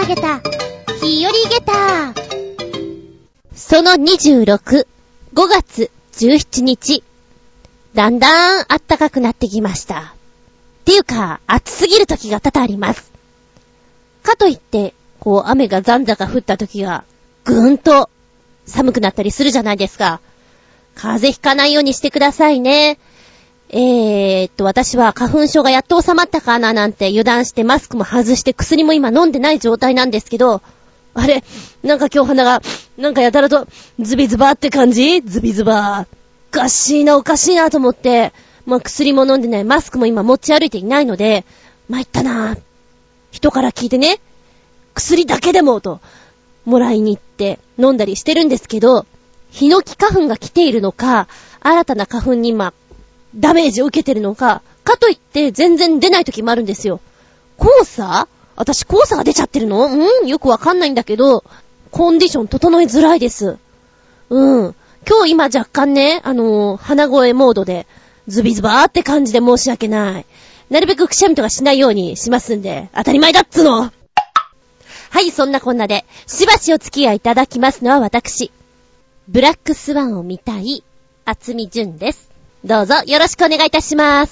りげた、日和げた。その26、5月17日。だんだん暖かくなってきました。っていうか、暑すぎる時が多々あります。かといって、雨がざんざか降った時が、ぐーんと寒くなったりするじゃないですか。風邪ひかないようにしてくださいね。私は花粉症がやっと収まったかななんて油断してマスクも外して薬も今飲んでない状態なんですけど、あれ、なんか今日鼻が、なんかやたらとズビズバーって感じ？ズビズバー。おかしいなと思って、薬も飲んでない、マスクも今持ち歩いていないので、参ったな。人から聞いてね、薬だけでもと、もらいに行って飲んだりしてるんですけど、ヒノキ花粉が来ているのか、新たな花粉にダメージを受けてるのか、かといって全然出ない時もあるんですよ。黄砂？私黄砂が出ちゃってるの？よくわかんないんだけど、コンディション整えづらいです。今日今若干ね、鼻声モードで、ズビズバーって感じで申し訳ない。なるべくくしゃみとかしないようにしますんで、当たり前だっつの。はい、そんなこんなで、しばしお付き合いいただきますのは私。ブラックスワンを見たい、厚み純です。どうぞよろしくお願いいたします。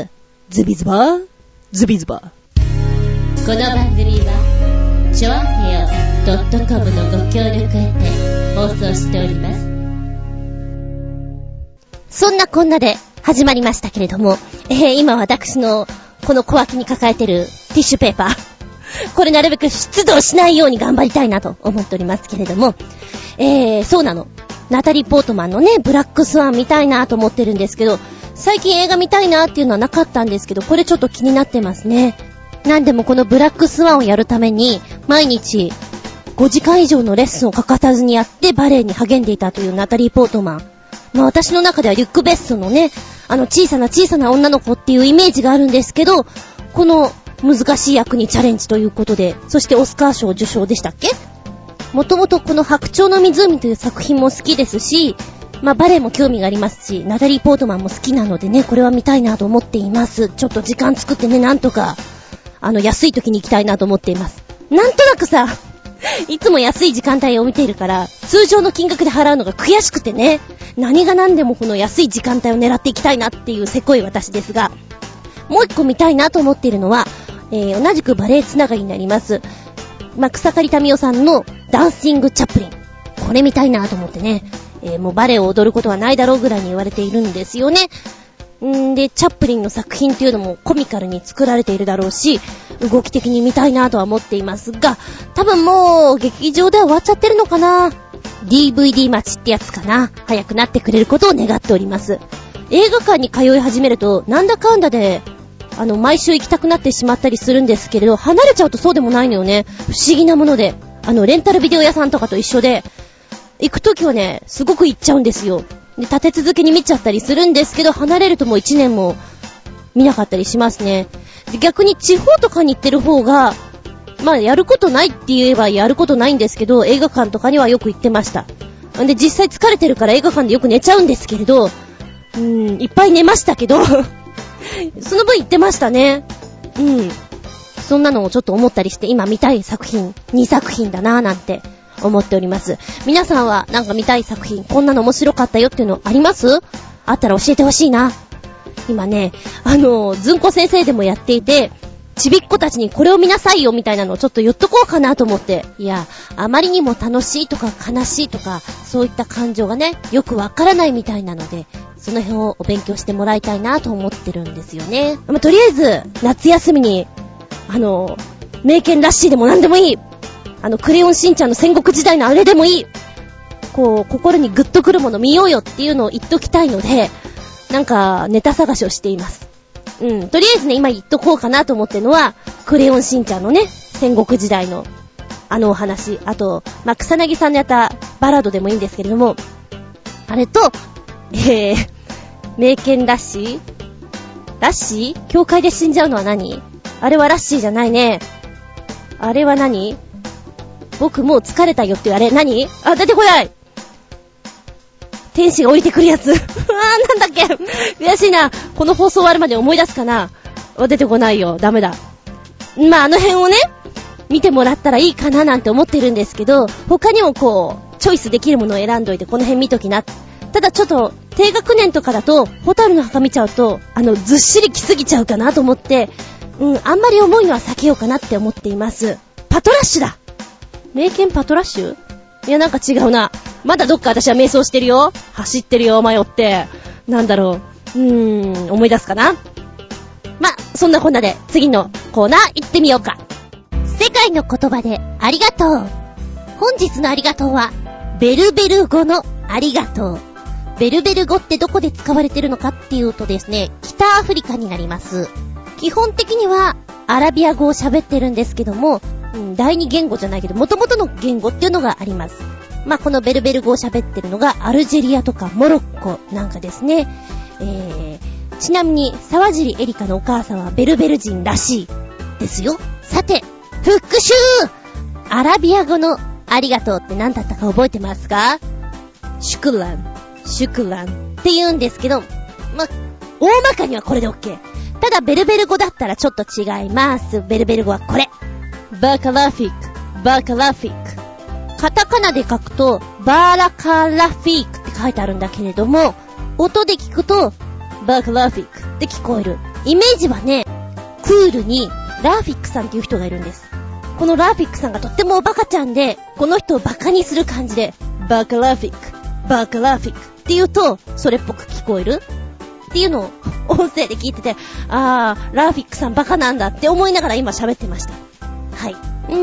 ズビズバー、ズビズバー。この番組は、ちょあへよ .com のご協力へて放送しております。そんなこんなで始まりましたけれども、今私のこの小脇に抱えてるティッシュペーパー。これなるべく出動しないように頑張りたいなと思っておりますけれども、そうなの。ナタリー・ポートマンのね、ブラックスワン見たいなと思ってるんですけど、最近映画見たいなっていうのはなかったんですけど、これちょっと気になってますね。なんでもこのブラックスワンをやるために、毎日5時間以上のレッスンを欠かさずにやってバレエに励んでいたというナタリー・ポートマン。私の中ではリュック・ベッソのね、小さな女の子っていうイメージがあるんですけど、この難しい役にチャレンジということで、そしてオスカー賞受賞でしたっけ？もともとこの白鳥の湖という作品も好きですし、バレエも興味がありますし、ナタリー・ポートマンも好きなのでね、これは見たいなと思っています。ちょっと時間作ってね、なんとか、安い時に行きたいなと思っています。なんとなくさ、いつも安い時間帯を見ているから、通常の金額で払うのが悔しくてね、何が何でもこの安い時間帯を狙っていきたいなっていうせこい私ですが、もう一個見たいなと思っているのは、同じくバレエつながりになります。草刈民代さんのダンシングチャップリン。これ見たいなと思ってね、もうバレエを踊ることはないだろうぐらいに言われているんですよね。で、チャップリンの作品っていうのもコミカルに作られているだろうし、動き的に見たいなとは思っていますが、多分もう劇場では終わっちゃってるのかな。DVD 待ちってやつかな。早くなってくれることを願っております。映画館に通い始めると、なんだかんだで、毎週行きたくなってしまったりするんですけれど、離れちゃうとそうでもないのよね。不思議なもので、レンタルビデオ屋さんとかと一緒で、行くときはね、すごく行っちゃうんですよ。で、立て続けに見ちゃったりするんですけど、離れるともう1年も見なかったりしますね。で、逆に地方とかに行ってる方が、やることないって言えばやることないんですけど、映画館とかにはよく行ってました。で、実際疲れてるから映画館でよく寝ちゃうんですけれど、いっぱい寝ましたけど、その分行ってましたね。そんなのをちょっと思ったりして、今見たい作品、2作品だなぁなんて思っております。皆さんはなんか見たい作品、こんなの面白かったよっていうのあります？あったら教えてほしいな。今ね、ずんこ先生でもやっていて、ちびっ子たちにこれを見なさいよみたいなのをちょっと言っとこうかなと思って。いや、あまりにも楽しいとか悲しいとか、そういった感情がね、よくわからないみたいなので、その辺をお勉強してもらいたいなと思ってるんですよね。とりあえず、夏休みに、名犬ラッシーでもなんでもいい。クレヨンしんちゃんの戦国時代のあれでもいい。心にグッとくるもの見ようよっていうのを言っときたいので、なんか、ネタ探しをしています。とりあえずね、今言っとこうかなと思ってるのは、クレヨンしんちゃんのね、戦国時代の、お話。あと、草薙さんのやったバラードでもいいんですけれども、あれと、名犬ラッシー？ラッシー？教会で死んじゃうのは何？あれはラッシーじゃないね。あれは何？僕もう疲れたよっていうあれ何？出てこない！天使が降りてくるやつ。なんだっけ？悔しいな。この放送終わるまで思い出すかな？出てこないよ。ダメだ。あの辺をね、 見てもらったらいいかななんて思ってるんですけど、他にもこうチョイスできるものを選んどいてこの辺見ときな。ただちょっと低学年とかだとホタルの墓見ちゃうとずっしり来すぎちゃうかなと思って、あんまり重いのは避けようかなって思っています。パトラッシュだ。名犬パトラッシュ？いやなんか違うな。まだどっか私は迷走してるよ。走ってるよ、迷って。なんだろう。思い出すかな。ま、そんなこんなで次のコーナー行ってみようか。世界の言葉でありがとう。本日のありがとうはベルベル語のありがとう。ベルベル語ってどこで使われてるのかっていうとですね、北アフリカになります。基本的にはアラビア語を喋ってるんですけども、第二言語じゃないけど元々の言語っていうのがあります。まあ、このベルベル語を喋ってるのがアルジェリアとかモロッコなんかですね。ちなみに沢尻エリカのお母さんはベルベル人らしいですよ。さて、復習。アラビア語のありがとうって何だったか覚えてますか？シュクランって言うんですけど、大まかにはこれで OK。ただベルベル語だったらちょっと違います。ベルベル語はこれ。バカラフィック。カタカナで書くとバーラカラフィークって書いてあるんだけれども、音で聞くとバカラフィックって聞こえる。イメージはね、クールにラーフィックさんっていう人がいるんです。このラーフィックさんがとってもおバカちゃんで、この人をバカにする感じでバカラフィックって言うとそれっぽく聞こえるっていうのを音声で聞いてて、ラーフィックさんバカなんだって思いながら今喋ってました。はい。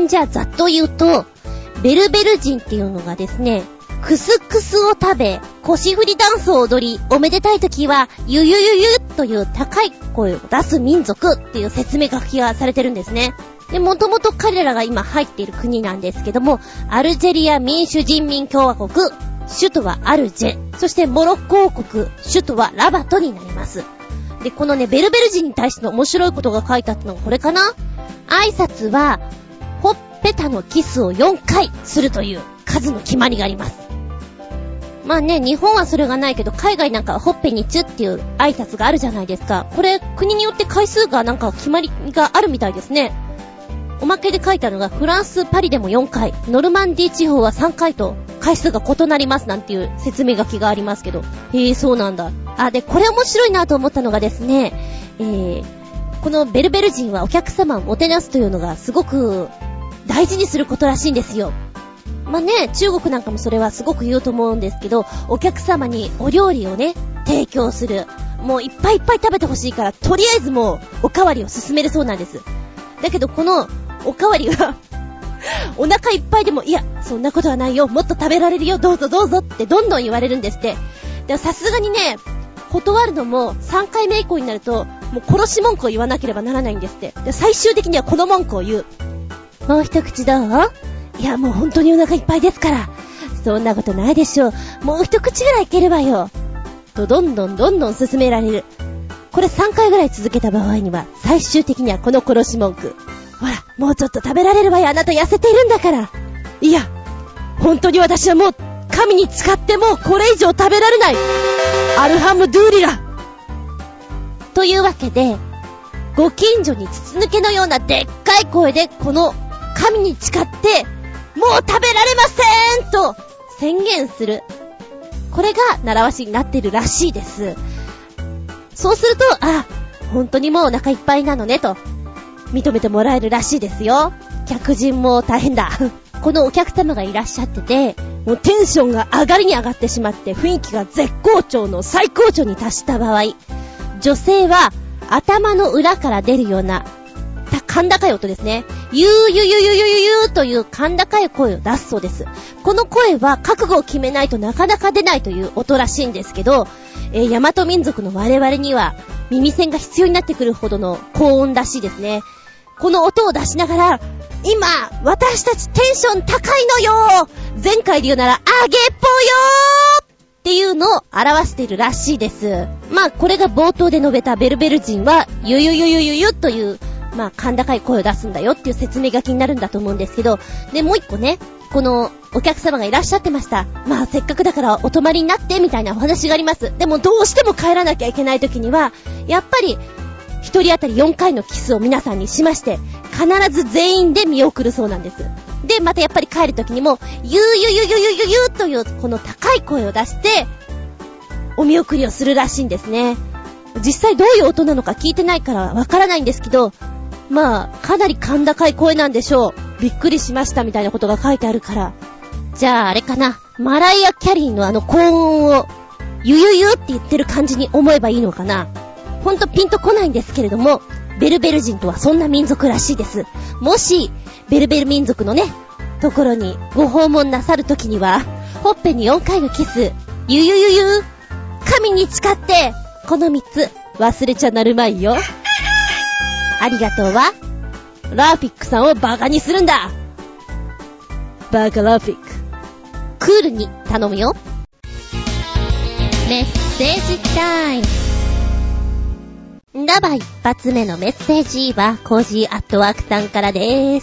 じゃあざっと言うと、ベルベル人っていうのがですね、クスクスを食べ、腰振りダンスを踊り、おめでたい時はゆゆゆゆという高い声を出す民族っていう説明書きがされてるんですね。で、もともと彼らが今入っている国なんですけども、アルジェリア民主人民共和国、首都はアルジェ、そしてモロッコ王国、首都はラバトになります。で、このね、ベルベル人に対しての面白いことが書いてあったのがこれかな。挨拶はほっぺたのキスを4回するという数の決まりがあります。まあね、日本はそれがないけど、海外なんかはほっぺにチュっていう挨拶があるじゃないですか。これ国によって回数がなんか決まりがあるみたいですね。おまけで書いてあるのが、フランスパリでも4回、ノルマンディ地方は3回と回数が異なりますなんていう説明書きがありますけど、そうなんだ。でこれ面白いなと思ったのがですね、このベルベル人はお客様をもてなすというのがすごく大事にすることらしいんですよ。まあね、中国なんかもそれはすごく言うと思うんですけど、お客様にお料理をね提供する、もういっぱいいっぱい食べてほしいから、とりあえずもうおかわりを勧めるそうなんです。だけどこのおかわりがお腹いっぱいでも、いやそんなことはないよ、もっと食べられるよ、どうぞどうぞってどんどん言われるんですって。でもさすがにね、断るのも3回目以降になるともう殺し文句を言わなければならないんですって。で最終的にはこの文句を言う。もう一口どう？いやもう本当にお腹いっぱいですから。そんなことないでしょう、もう一口ぐらいいければよとどんどん勧められる。これ3回ぐらい続けた場合には最終的にはこの殺し文句。ほらもうちょっと食べられるわよ、あなた痩せているんだから。いや本当に私はもう神に誓ってもうこれ以上食べられない、アルハムドゥーリラというわけで、ご近所に筒抜けのようなでっかい声でこの神に誓ってもう食べられませんと宣言する。これが習わしになっているらしいです。そうすると、本当にもうお腹いっぱいなのねと認めてもらえるらしいですよ。客人も大変だこのお客様がいらっしゃってて、もうテンションが上がりに上がってしまって雰囲気が絶好調の最高潮に達した場合、女性は頭の裏から出るような甲高い音ですね、ゆーという甲高い声を出すそうです。この声は覚悟を決めないとなかなか出ないという音らしいんですけど、大和民族の我々には耳栓が必要になってくるほどの高音らしいですね。この音を出しながら、今私たちテンション高いのよ、前回で言うならあげっぽよっていうのを表しているらしいです。まあこれが冒頭で述べたベルベル人はゆという甲高い声を出すんだよっていう説明書きになるんだと思うんですけど、でもう一個ね、このお客様がいらっしゃってました。せっかくだからお泊まりになってみたいなお話があります。でもどうしても帰らなきゃいけない時にはやっぱり一人当たり4回のキスを皆さんにしまして、必ず全員で見送るそうなんです。で、またやっぱり帰る時にも、ゆうというこの高い声を出して、お見送りをするらしいんですね。実際どういう音なのか聞いてないからわからないんですけど、まあ、かなり甲高い声なんでしょう。びっくりしましたみたいなことが書いてあるから。じゃああれかな。マライア・キャリーの高音を、ゆって言ってる感じに思えばいいのかな。ほんとピンとこないんですけれども、ベルベル人とはそんな民族らしいです。もし、ベルベル民族のね、ところにご訪問なさるときには、ほっぺに4回のキス、ゆ神に誓って、この3つ忘れちゃなるまいよ。ありがとうは、ラーフィックさんをバカにするんだ。バカラーフィック。クールに頼むよ。メッセージタイム。ラバ一発目のメッセージはコージーアットワークさんからです。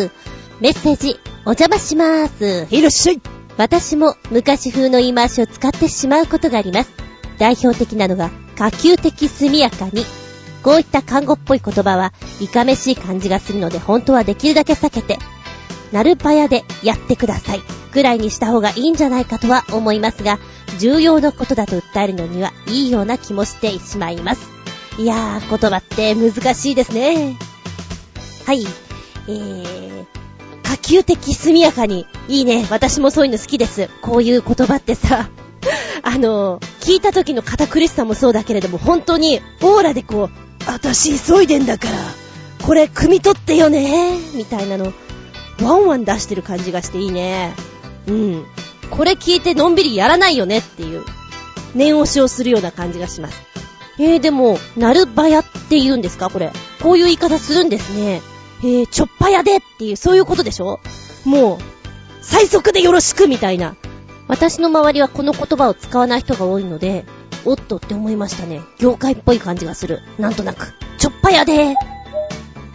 メッセージお邪魔します。いらっしゃい。私も昔風の言い回しを使ってしまうことがあります。代表的なのが可及的速やかに。こういった看護っぽい言葉はいかめしい感じがするので、本当はできるだけ避けて、なるばやでやってくださいぐらいにした方がいいんじゃないかとは思いますが、重要なことだと訴えるのにはいいような気もしてしまいます。いやー、言葉って難しいですね。はい。可及的速やかに。いいね。私もそういうの好きです。こういう言葉ってさ、聞いた時の堅苦しさもそうだけれども、本当にオーラでこう、私急いでんだから、これ汲み取ってよねみたいなの、ワンワン出してる感じがしていいね。うん。これ聞いてのんびりやらないよねっていう、念押しをするような感じがします。でも、なるばやって言うんですかこれ。こういう言い方するんですね。ちょっぱやでっていう、そういうことでしょ？もう、最速でよろしくみたいな。私の周りはこの言葉を使わない人が多いので、おっとって思いましたね。業界っぽい感じがする。なんとなく。ちょっぱやで。はい、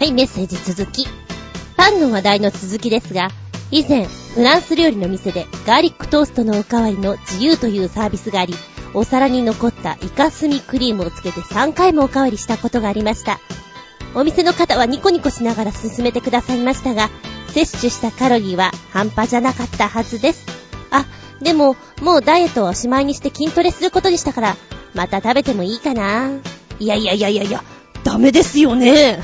メッセージ続き。パンの話題の続きですが、以前、フランス料理の店でガーリックトーストのおかわりの自由というサービスがあり、お皿に残ったイカスミクリームをつけて3回もおかわりしたことがありました。お店の方はニコニコしながら勧めてくださいましたが、摂取したカロリーは半端じゃなかったはずです。でも、もうダイエットはおしまいにして筋トレすることにしたから、また食べてもいいかな。いや、ダメですよね。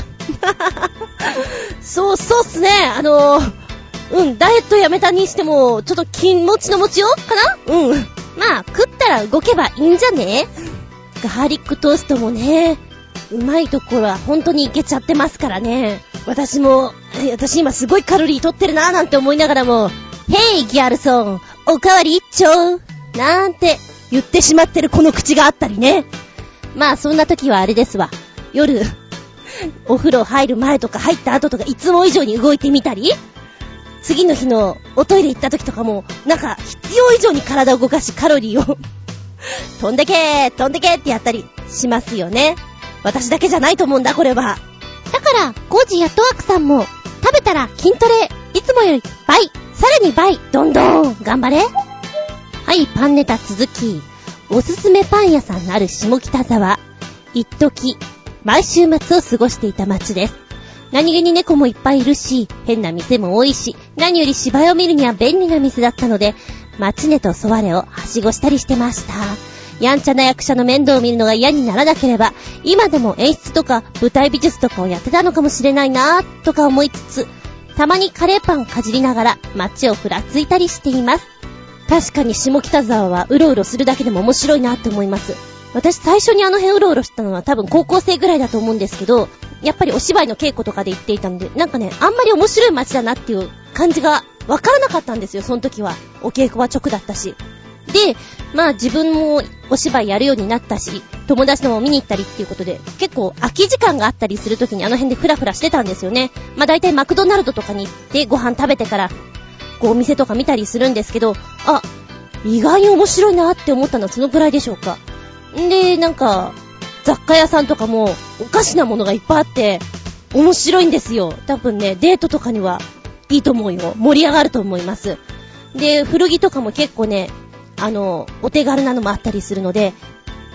そうっすね。ダイエットやめたにしても、ちょっと気持ちの持ちようかな？まあ、食ったら動けばいいんじゃね？ガーリックトーストもね、うまいところは本当にいけちゃってますからね。私今すごいカロリー取ってるなーなんて思いながらも、ヘイギャルソン、おかわり一丁なんて言ってしまってるこの口があったりね。まあそんな時はあれですわ。夜、お風呂入る前とか入った後とかいつも以上に動いてみたり、次の日のおトイレ行った時とかも、なんか必要以上に体を動かしカロリーを飛んでけってやったりしますよね。私だけじゃないと思うんだこれは。だからコージーやットワークさんも食べたら筋トレいつもより倍、さらに倍、どんどん頑張れ。はい、パンネタ続き。おすすめパン屋さんのある下北沢、一時毎週末を過ごしていた街です。何気に猫もいっぱいいるし、変な店も多いし、何より芝居を見るには便利な店だったので、マチネとソワレをはしごしたりしてました。やんちゃな役者の面倒を見るのが嫌にならなければ、今でも演出とか舞台美術とかをやってたのかもしれないなぁとか思いつつ、たまにカレーパンをかじりながら街をふらついたりしています。確かに下北沢はうろうろするだけでも面白いなって思います。私最初にあの辺うろうろしたのは多分高校生ぐらいだと思うんですけど、やっぱりお芝居の稽古とかで行っていたので、なんかね、あんまり面白い街だなっていう感じがわからなかったんですよ、その時は。お稽古は直だったし。で、まあ自分もお芝居やるようになったし、友達のも見に行ったりっていうことで、結構空き時間があったりする時にあの辺でフラフラしてたんですよね。まあ大体マクドナルドとかに行ってご飯食べてから、こうお店とか見たりするんですけど、意外に面白いなって思ったのはそのくらいでしょうか。んで、なんか、雑貨屋さんとかもおかしなものがいっぱいあって、面白いんですよ。多分ね、デートとかにはいいと思うよ。盛り上がると思います。で、古着とかも結構ね、お手軽なのもあったりするので、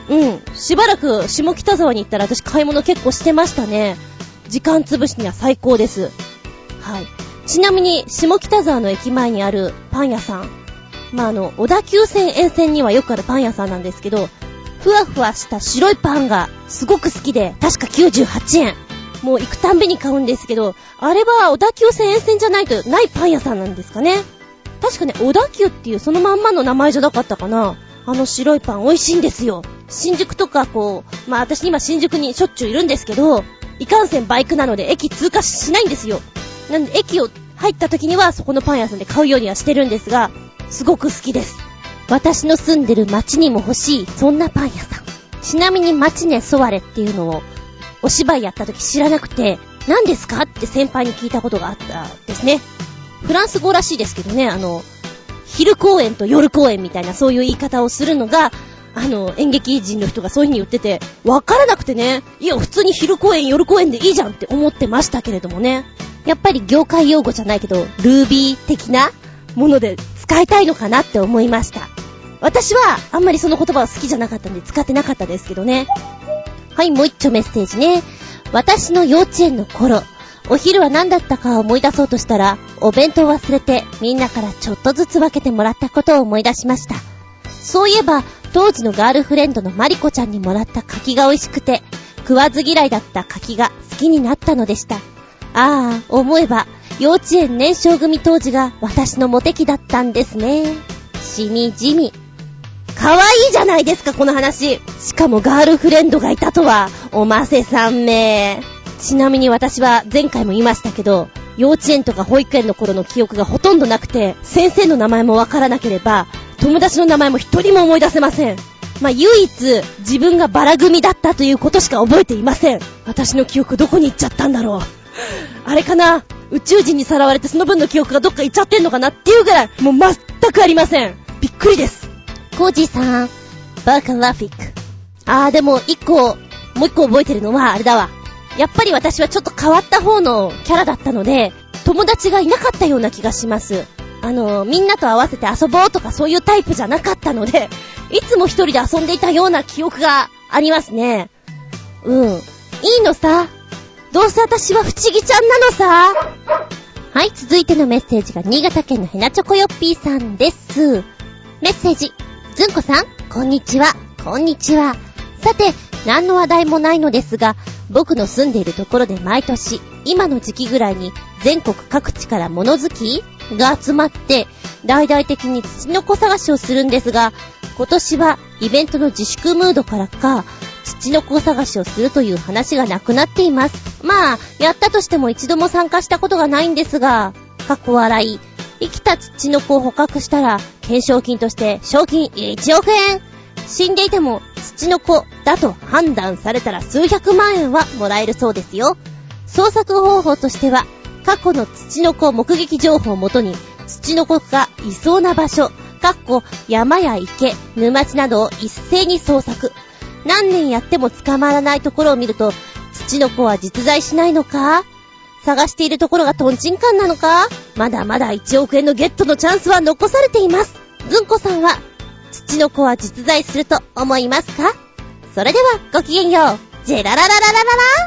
しばらく下北沢に行ったら私買い物結構してましたね。時間潰しには最高です。はい。ちなみに下北沢の駅前にあるパン屋さん、小田急線沿線にはよくあるパン屋さんなんですけど、ふわふわした白いパンがすごく好きで、確か98円。もう行くたんびに買うんですけど、あれは小田急線沿線じゃないとないパン屋さんなんですかね。確かね、小田急っていうそのまんまの名前じゃなかったかな。あの白いパン美味しいんですよ。新宿とか私今新宿にしょっちゅういるんですけど、いかんせんバイクなので駅通過しないんですよ。なんで駅を入った時にはそこのパン屋さんで買うようにはしてるんですが、すごく好きです。私の住んでる町にも欲しい、そんなパン屋さん。ちなみにマチネソワレっていうのをお芝居やった時知らなくて、何ですかって先輩に聞いたことがあったですね。フランス語らしいですけどね、昼公演と夜公演みたいなそういう言い方をするのが、演劇人の人がそういう風に言ってて、わからなくてね、いや普通に昼公演夜公演でいいじゃんって思ってましたけれどもね。やっぱり業界用語じゃないけど、ルービー的なもので使いたいのかなって思いました。私はあんまりその言葉は好きじゃなかったんで使ってなかったですけどね。はい、もう一丁メッセージね。私の幼稚園の頃、お昼は何だったかを思い出そうとしたら、お弁当を忘れてみんなからちょっとずつ分けてもらったことを思い出しました。そういえば当時のガールフレンドのマリコちゃんにもらった柿が美味しくて、食わず嫌いだった柿が好きになったのでした。ああ、思えば幼稚園年少組当時が私のモテ期だったんですね。しみじみ。かわいいじゃないですかこの話。しかもガールフレンドがいたとは、おませさんめ。ちなみに私は前回も言いましたけど、幼稚園とか保育園の頃の記憶がほとんどなくて、先生の名前もわからなければ友達の名前も一人も思い出せません。唯一自分がバラ組だったということしか覚えていません。私の記憶どこに行っちゃったんだろう。あれかな、宇宙人にさらわれてその分の記憶がどっか行っちゃってんのかなっていうぐらい、もう全くありません。びっくりです。コージーさん、バカラフィック。でももう一個覚えてるのはあれだわ。やっぱり私はちょっと変わった方のキャラだったので、友達がいなかったような気がします。みんなと合わせて遊ぼうとかそういうタイプじゃなかったので、いつも一人で遊んでいたような記憶がありますね。いいのさ。どうせ私は不思議ちゃんなのさ。はい、続いてのメッセージが新潟県のヘナチョコヨッピーさんです。メッセージ。ずんこさん、こんにちは。こんにちは。さて、何の話題もないのですが、僕の住んでいるところで毎年、今の時期ぐらいに全国各地から物好きが集まって、大々的に土の子探しをするんですが、今年はイベントの自粛ムードからか、土の子探しをするという話がなくなっています。やったとしても一度も参加したことがないんですが、かっこ笑い。生きた土の子を捕獲したら、懸賞金として賞金1億円。死んでいても土の子だと判断されたら数百万円はもらえるそうですよ。捜索方法としては、過去の土の子目撃情報をもとに、土の子がいそうな場所、山や池、沼地などを一斉に捜索。何年やっても捕まらないところを見ると、土の子は実在しないのか？探しているところがトンチンカンなのか？まだまだ1億円のゲットのチャンスは残されています。ずんこさんは、土の子は実在すると思いますか？それではごきげんよう。ジェラララララララ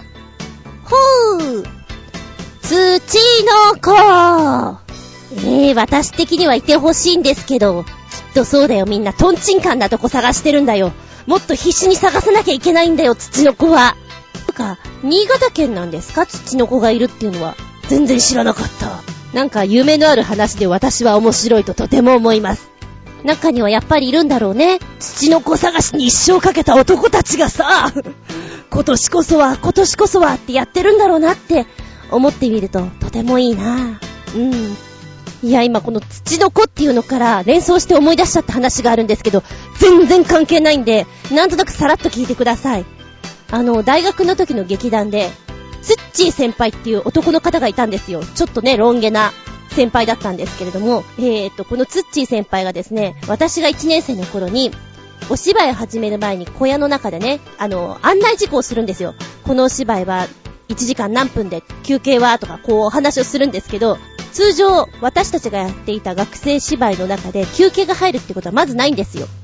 ほー土の子。私的にはいてほしいんですけど、きっとそうだよ。みんなトンチンカンなとこ探してるんだよ。もっと必死に探さなきゃいけないんだよ、土の子は。新潟県なんですか？土の子がいるっていうのは全然知らなかった。なんか夢のある話で私は面白いととても思います。中にはやっぱりいるんだろうね。土の子探しに一生かけた男たちがさ、今年こそはってやってるんだろうなって思ってみるととてもいいな。いや、今この土の子っていうのから連想して思い出しちゃった話があるんですけど、全然関係ないんで、なんとなくさらっと聞いてください。大学の時の劇団で、ツッチー先輩っていう男の方がいたんですよ。ちょっとね、ロン毛な先輩だったんですけれども、このツッチー先輩がですね、私が1年生の頃に、お芝居を始める前に小屋の中でね、案内事項をするんですよ。このお芝居は1時間何分で休憩はとかこうお話をするんですけど、通常私たちがやっていた学生芝居の中で休憩が入るってことはまずないんですよ。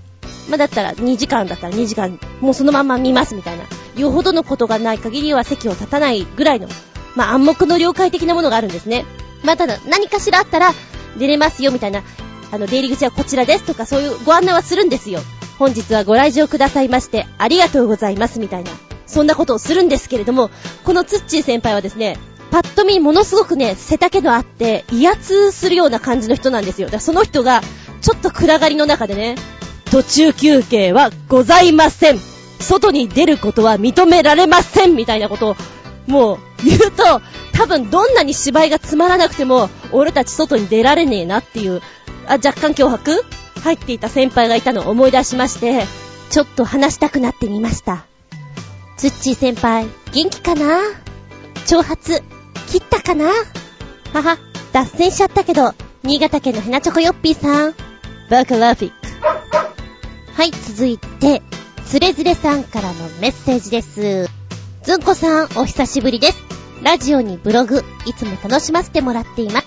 だったら2時間だったら2時間、もうそのまま見ますみたいな。よほどのことがない限りは席を立たないぐらいの、暗黙の了解的なものがあるんですね。ただ、何かしらあったら、出れますよみたいな、出入り口はこちらですとか、そういうご案内はするんですよ。本日はご来場くださいまして、ありがとうございますみたいな。そんなことをするんですけれども、このツッチー先輩はですね、パッと見ものすごくね、背丈のあって、威圧するような感じの人なんですよ。だからその人が、ちょっと暗がりの中でね、途中休憩はございません。外に出ることは認められませんみたいなことを、もう言うと、多分どんなに芝居がつまらなくても、俺たち外に出られねえなっていう、若干脅迫入っていた先輩がいたのを思い出しまして、ちょっと話したくなってみました。ツッチー先輩、元気かな？長髪、切ったかな？はは、脱線しちゃったけど、新潟県のヘナチョコヨッピーさん、バカラフィック。はい、続いて、つれづれさんからのメッセージです。ずんこさん、お久しぶりです。ラジオにブログ、いつも楽しませてもらっています。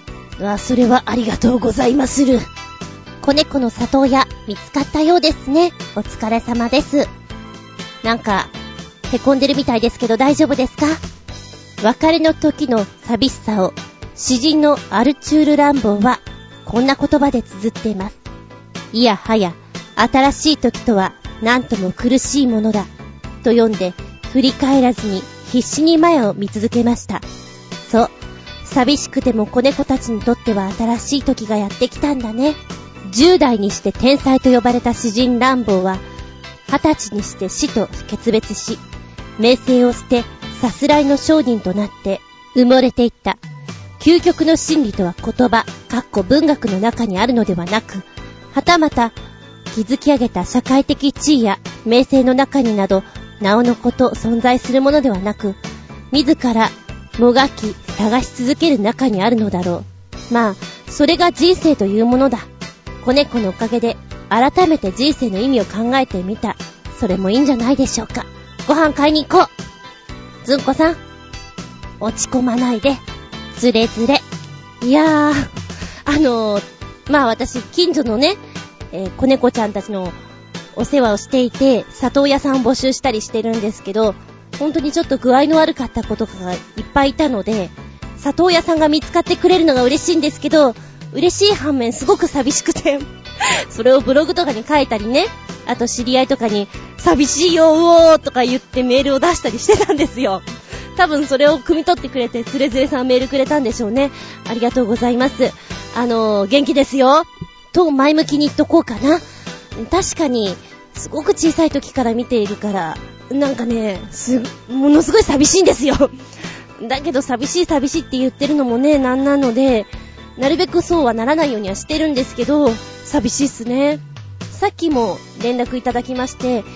それはありがとうございまする。子猫の里親、見つかったようですね。お疲れ様です。なんか、へこんでるみたいですけど大丈夫ですか？別れの時の寂しさを、詩人のアルチュール・ランボーは、こんな言葉で綴っています。いやはや、新しい時とは、なんとも苦しいものだ。と読んで、振り返らずに、必死に前を見続けました。そう、寂しくても子猫たちにとっては新しい時がやってきたんだね。10代にして天才と呼ばれた詩人ランボーは、20歳にして死と決別し、名声を捨て、さすらいの商人となって埋もれていった。究極の真理とは言葉、文学の中にあるのではなく、はたまた築き上げた社会的地位や名声の中になど、なおのこと存在するものではなく、自らもがき探し続ける中にあるのだろう。それが人生というものだ。子猫のおかげで改めて人生の意味を考えてみた。それもいいんじゃないでしょうか。ご飯買いに行こう。ずんこさん、落ち込まないで。つれづれ。いやー、私近所のね、子猫ちゃんたちのお世話をしていて、里親さんを募集したりしてるんですけど、本当にちょっと具合の悪かった子とかがいっぱいいたので、里親さんが見つかってくれるのが嬉しいんですけど、嬉しい反面すごく寂しくてそれをブログとかに書いたりね、あと知り合いとかに寂しいようおーとか言ってメールを出したりしてたんですよ。多分それを汲み取ってくれて、つれづれさんメールくれたんでしょうね。ありがとうございます。元気ですよと前向きに言っとこうかな。確かにすごく小さい時から見ているから、なんかね、ものすごい寂しいんですよ。だけど寂しいって言ってるのもね、なんなので、なるべくそうはならないようにはしてるんですけど、寂しいっすね。さっきも連絡いただきまして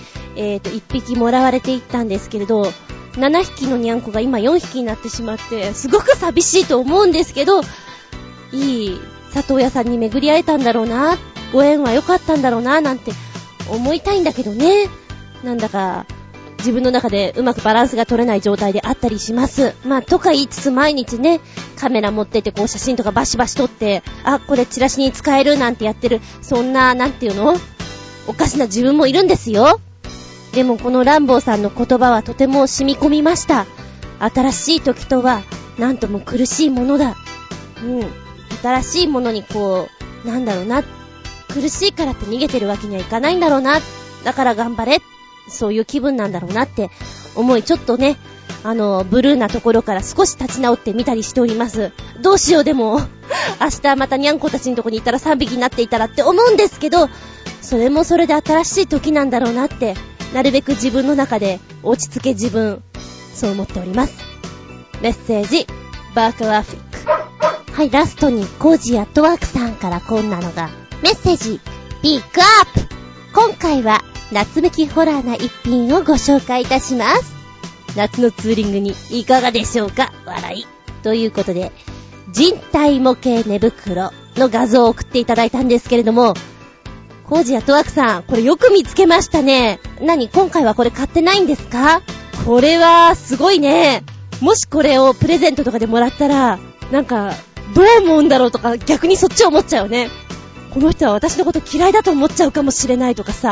、1匹もらわれていったんですけれど、7匹のニャンコが今4匹になってしまって、すごく寂しいと思うんですけど、いい里親さんに巡り会えたんだろうな、ご縁は良かったんだろうな、なんて思いたいんだけどね。なんだか自分の中でうまくバランスが取れない状態であったりします。とか言いつつ毎日ね、カメラ持っててこう写真とかバシバシ撮って、これチラシに使えるなんてやってる、そんな、なんていうの？おかしな自分もいるんですよ。でもこのランボーさんの言葉はとても染み込みました。新しい時とはなんとも苦しいものだ。新しいものになんだろうな、苦しいからって逃げてるわけにはいかないんだろうな。だから頑張れ。そういう気分なんだろうなって思い、ちょっとね、ブルーなところから少し立ち直ってみたりしております。どうしよう、でも明日またニャンコたちのとこに行ったら3匹になっていたらって思うんですけど、それもそれで新しい時なんだろうなって、なるべく自分の中で落ち着け自分、そう思っております。メッセージバーカラフィック。はい、ラストにコージアットワークさんからこんなのが。メッセージピックアップ。今回は夏向きホラーな一品をご紹介いたします。夏のツーリングにいかがでしょうか、笑い。ということで、人体模型寝袋の画像を送っていただいたんですけれども、コージアットワークさん、これよく見つけましたね。今回はこれ買ってないんですか？これはすごいね。もしこれをプレゼントとかでもらったら、なんかどう思うんだろうとか、逆にそっちを思っちゃうね。この人は私のこと嫌いだと思っちゃうかもしれないとかさ、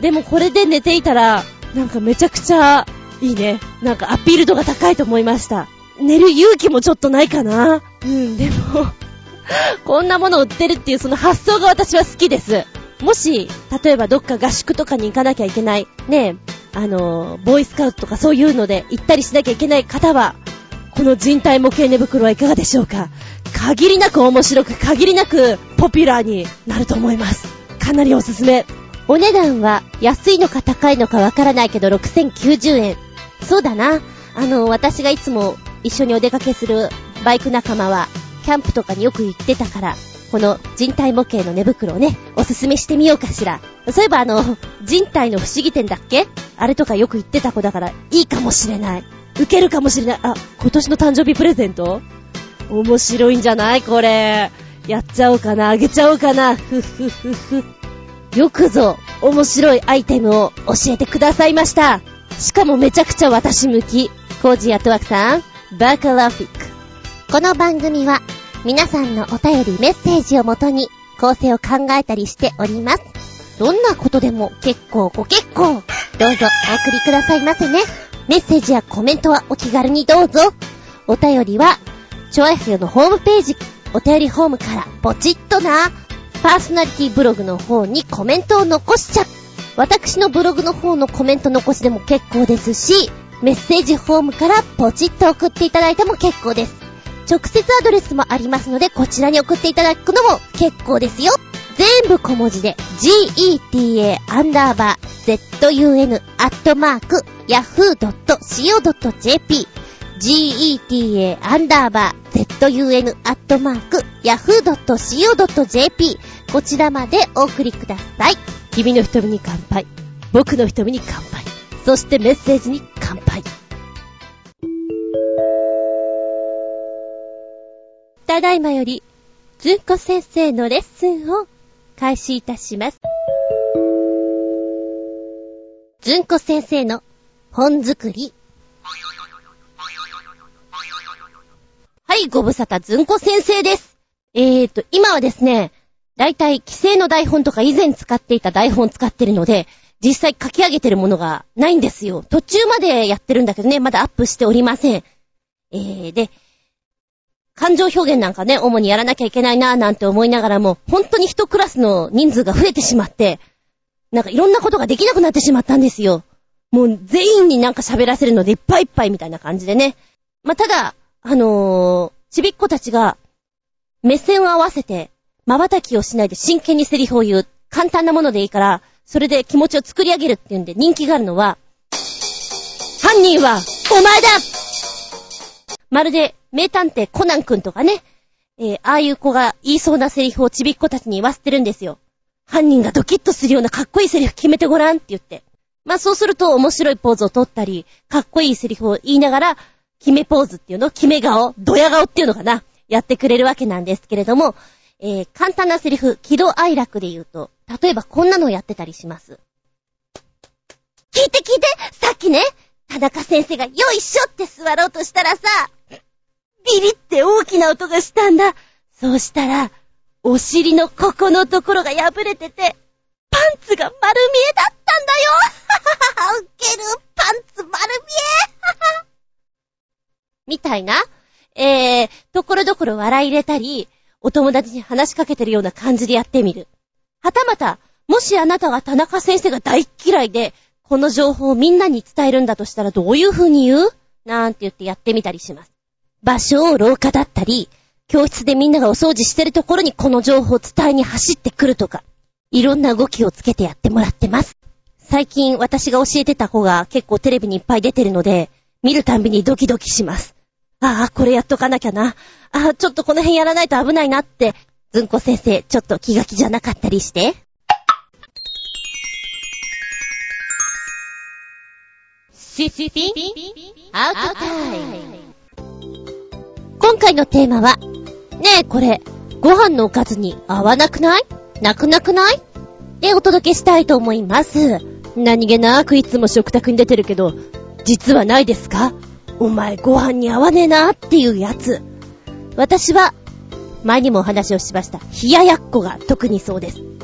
でもこれで寝ていたら、なんかめちゃくちゃいいね。なんかアピール度が高いと思いました。寝る勇気もちょっとないかな。でも、こんなもの売ってるっていうその発想が私は好きです。もし、例えばどっか合宿とかに行かなきゃいけない、ねえ、ボーイスカウトとかそういうので行ったりしなきゃいけない方は、この人体模型寝袋はいかがでしょうか。限りなく面白く、限りなくポピュラーになると思います。かなりおすすめ。お値段は安いのか高いのかわからないけど6090円。そうだな。私がいつも一緒にお出かけするバイク仲間は、キャンプとかによく行ってたから、この人体模型の寝袋をね、おすすめしてみようかしら。そういえば人体の不思議展だっけ？あれとかよく行ってた子だから、いいかもしれない。受けるかもしれない。あ、今年の誕生日プレゼント？面白いんじゃないこれ。やっちゃおうかな、あげちゃおうかな。よくぞ、面白いアイテムを教えてくださいました。しかもめちゃくちゃ私向き。コージーアットワークさん、バカラフィック。この番組は、皆さんのお便りメッセージをもとに構成を考えたりしております。どんなことでも結構ご結構どうぞお送りくださいませね。メッセージやコメントはお気軽にどうぞ。お便りはチョアヘヨのホームページお便りホームからポチッとな。パーソナリティブログの方にコメントを残しちゃ。私のブログの方のコメント残しでも結構ですし、メッセージフォームからポチッと送っていただいても結構です。直接アドレスもありますので、こちらに送っていただくのも結構ですよ。全部小文字で geta_zun@yahoo.co.jp geta_zun@yahoo.co.jp こちらまでお送りください。君の瞳に乾杯、僕の瞳に乾杯、そしてメッセージに乾杯。ただいまよりずんこ先生のレッスンを開始いたします。ずんこ先生の本作り。はい、ご無沙汰ずんこ先生です。今はですね、だいたい既成の台本とか以前使っていた台本を使ってるので、実際書き上げてるものがないんですよ。途中までやってるんだけどね、まだアップしておりません。で、感情表現なんかね、主にやらなきゃいけないなぁなんて思いながらも、本当に一クラスの人数が増えてしまって、なんかいろんなことができなくなってしまったんですよ。もう全員になんか喋らせるのでいっぱいいっぱいみたいな感じでね。まあ、ただ、ちびっ子たちが目線を合わせて、瞬きをしないで真剣にセリフを言う。簡単なものでいいから、それで気持ちを作り上げるっていうんで人気があるのは、犯人はお前だ！まるで名探偵コナン君とかね、ああいう子が言いそうなセリフをちびっ子たちに言わせてるんですよ。犯人がドキッとするようなかっこいいセリフ決めてごらんって言って。まあそうすると面白いポーズを取ったり、かっこいいセリフを言いながら、決めポーズっていうの、決め顔、ドヤ顔っていうのかな、やってくれるわけなんですけれども、簡単なセリフ、喜怒哀楽で言うと、例えばこんなのをやってたりします。聞いてさっきね、田中先生がよいしょって座ろうとしたらさ、ビリって大きな音がしたんだ。そうしたら、お尻のここのところが破れてて、パンツが丸見えだったんだよ。ウケる、パンツ丸見え。みたいな、ところどころ笑い入れたり、お友達に話しかけてるような感じでやってみる。はたまた、もしあなたが田中先生が大嫌いで、この情報をみんなに伝えるんだとしたらどういう風に言う？なんて言ってやってみたりします。場所を廊下だったり、教室でみんながお掃除してるところにこの情報を伝えに走ってくるとか、いろんな動きをつけてやってもらってます。最近私が教えてた子が結構テレビにいっぱい出てるので、見るたんびにドキドキします。ああ、これやっとかなきゃな。ああ、ちょっとこの辺やらないと危ないなって、ずんこ先生、ちょっと気が気じゃなかったりして。シスピンアウトタイム。今回のテーマは、ねえこれ、ご飯のおかずに合わなくない？なくないでお届けしたいと思います。何気なくいつも食卓に出てるけど、実はないですか？お前ご飯に合わねえなっていうやつ。私は前にもお話をしました冷ややっこが特にそうです。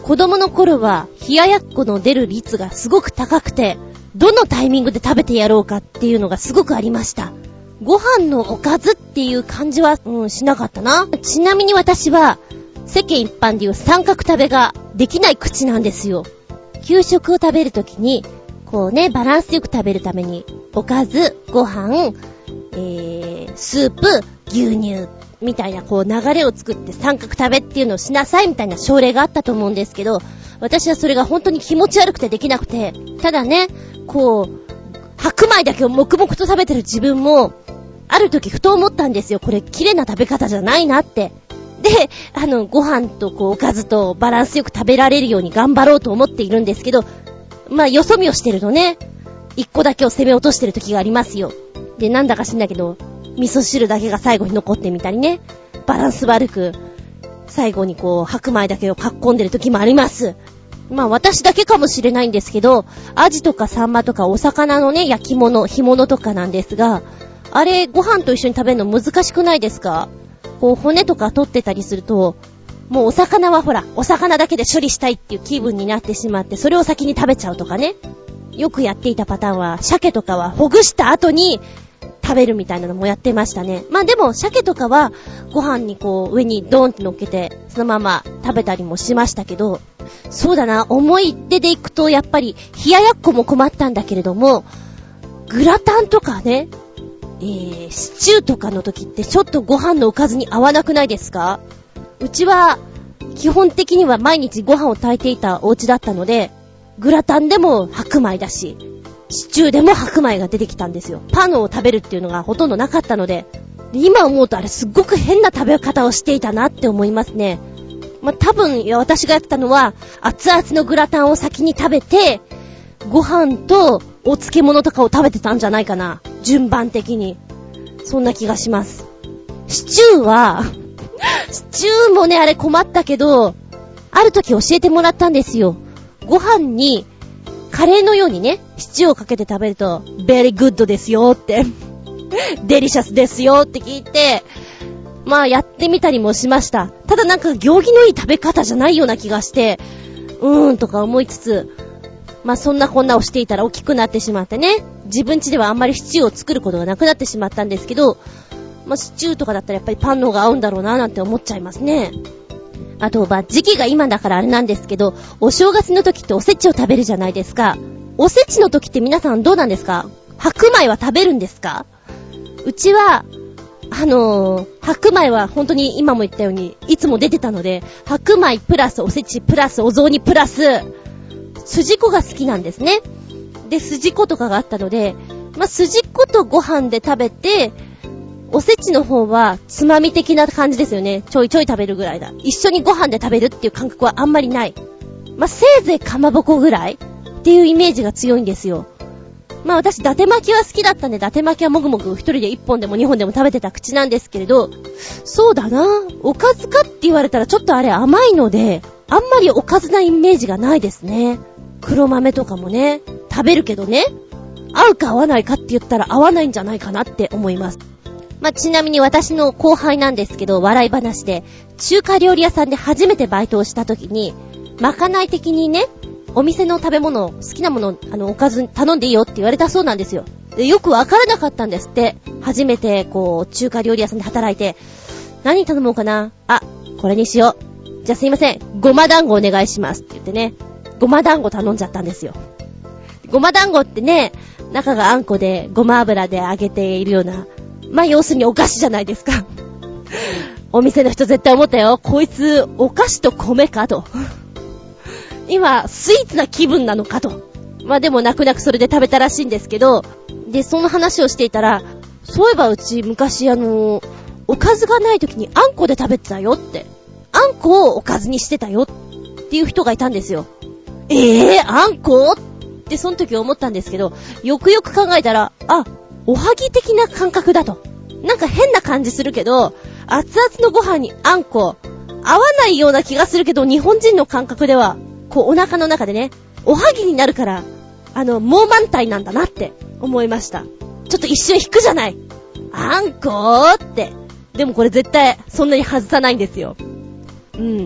子供の頃は冷ややっこの出る率がすごく高くて、どのタイミングで食べてやろうかっていうのがすごくありました。ご飯のおかずっていう感じは、しなかったな。ちなみに私は世間一般でいう三角食べができない口なんですよ。給食を食べるときにこうね、バランスよく食べるためにおかず、ご飯、スープ、牛乳みたいなこう流れを作って三角食べっていうのをしなさいみたいな奨励があったと思うんですけど、私はそれが本当に気持ち悪くてできなくて、ただね、こう白米だけを黙々と食べてる自分もある時ふと思ったんですよ。これ綺麗な食べ方じゃないなって。で、ご飯とこうおかずとバランスよく食べられるように頑張ろうと思っているんですけど、まあよそ見をしてるとね、一個だけを攻め落としてる時がありますよ。で、なんだか知んだけど味噌汁だけが最後に残ってみたりね、バランス悪く最後にこう白米だけをかっこんでる時もあります。まあ私だけかもしれないんですけど、アジとかサンマとかお魚のね、焼き物、干物とかなんですが、あれご飯と一緒に食べるの難しくないですか？こう骨とか取ってたりすると、もうお魚はほら、お魚だけで処理したいっていう気分になってしまって、それを先に食べちゃうとかね。よくやっていたパターンは、鮭とかはほぐした後に食べるみたいなのもやってましたね。まあでも鮭とかはご飯にこう上にドーンって乗っけてそのまま食べたりもしましたけど、そうだな、思い出でいくとやっぱり冷ややっこも困ったんだけれども、グラタンとかね、シチューとかの時ってちょっとご飯のおかずに合わなくないですか？うちは基本的には毎日ご飯を炊いていたお家だったので、グラタンでも白米だし、シチューでも白米が出てきたんですよ。パンを食べるっていうのがほとんどなかったので、今思うとあれすっごく変な食べ方をしていたなって思いますね。まあ、多分私がやってたのは熱々のグラタンを先に食べて、ご飯とお漬物とかを食べてたんじゃないかな、順番的に。そんな気がします。シチューもね、あれ困ったけど、ある時教えてもらったんですよ。ご飯にカレーのようにね、シチューをかけて食べるとベリーグッドですよってデリシャスですよって聞いて、まあやってみたりもしました。ただなんか行儀のいい食べ方じゃないような気がして、とか思いつつ、まあそんなこんなをしていたら大きくなってしまってね、自分家ではあんまりシチューを作ることがなくなってしまったんですけど、まあシチューとかだったらやっぱりパンの方が合うんだろうななんて思っちゃいますね。あと時期が今だからあれなんですけど、お正月の時っておせちを食べるじゃないですか。おせちの時って皆さんどうなんですか？白米は食べるんですか？うちは白米は本当に今も言ったようにいつも出てたので、白米プラスおせちプラスお雑煮プラス筋子が好きなんですね。で筋子とかがあったので、まあ筋子とご飯で食べて、おせちの方はつまみ的な感じですよね。ちょいちょい食べるぐらいだ。一緒にご飯で食べるっていう感覚はあんまりない。まあせいぜいかまぼこぐらいっていうイメージが強いんですよ。まあ私伊達巻きは好きだったんで、伊達巻きはもぐもぐ一人で1本でも2本でも食べてた口なんですけれど、そうだな、おかずかって言われたらちょっとあれ甘いので、あんまりおかずなイメージがないですね。黒豆とかもね、食べるけどね、合うか合わないかって言ったら合わないんじゃないかなって思います。まあ、ちなみに私の後輩なんですけど、笑い話で中華料理屋さんで初めてバイトをした時に、まかない的にね、お店の食べ物、好きなもの、おかず頼んでいいよって言われたそうなんですよ。で、よくわからなかったんですって。初めてこう中華料理屋さんで働いて、何頼もうかな、あ、これにしよう、じゃあすいません、ごま団子お願いしますって言ってね、ごま団子頼んじゃったんですよ。ごま団子ってね、中があんこでごま油で揚げているような、まあ要するにお菓子じゃないですか。お店の人絶対思ったよ、こいつお菓子と米かと。今スイーツな気分なのかと。まあでも泣く泣くそれで食べたらしいんですけど、でその話をしていたら、そういえばうち昔おかずがない時にあんこで食べてたよって、あんこをおかずにしてたよっていう人がいたんですよ。あんこってその時思ったんですけど、よくよく考えたら、あ、おはぎ的な感覚だと。なんか変な感じするけど、熱々のご飯にあんこ合わないような気がするけど、日本人の感覚ではこうお腹の中でね、おはぎになるからもう満体なんだなって思いました。ちょっと一瞬引くじゃない、あんこって。でもこれ絶対そんなに外さないんですよ。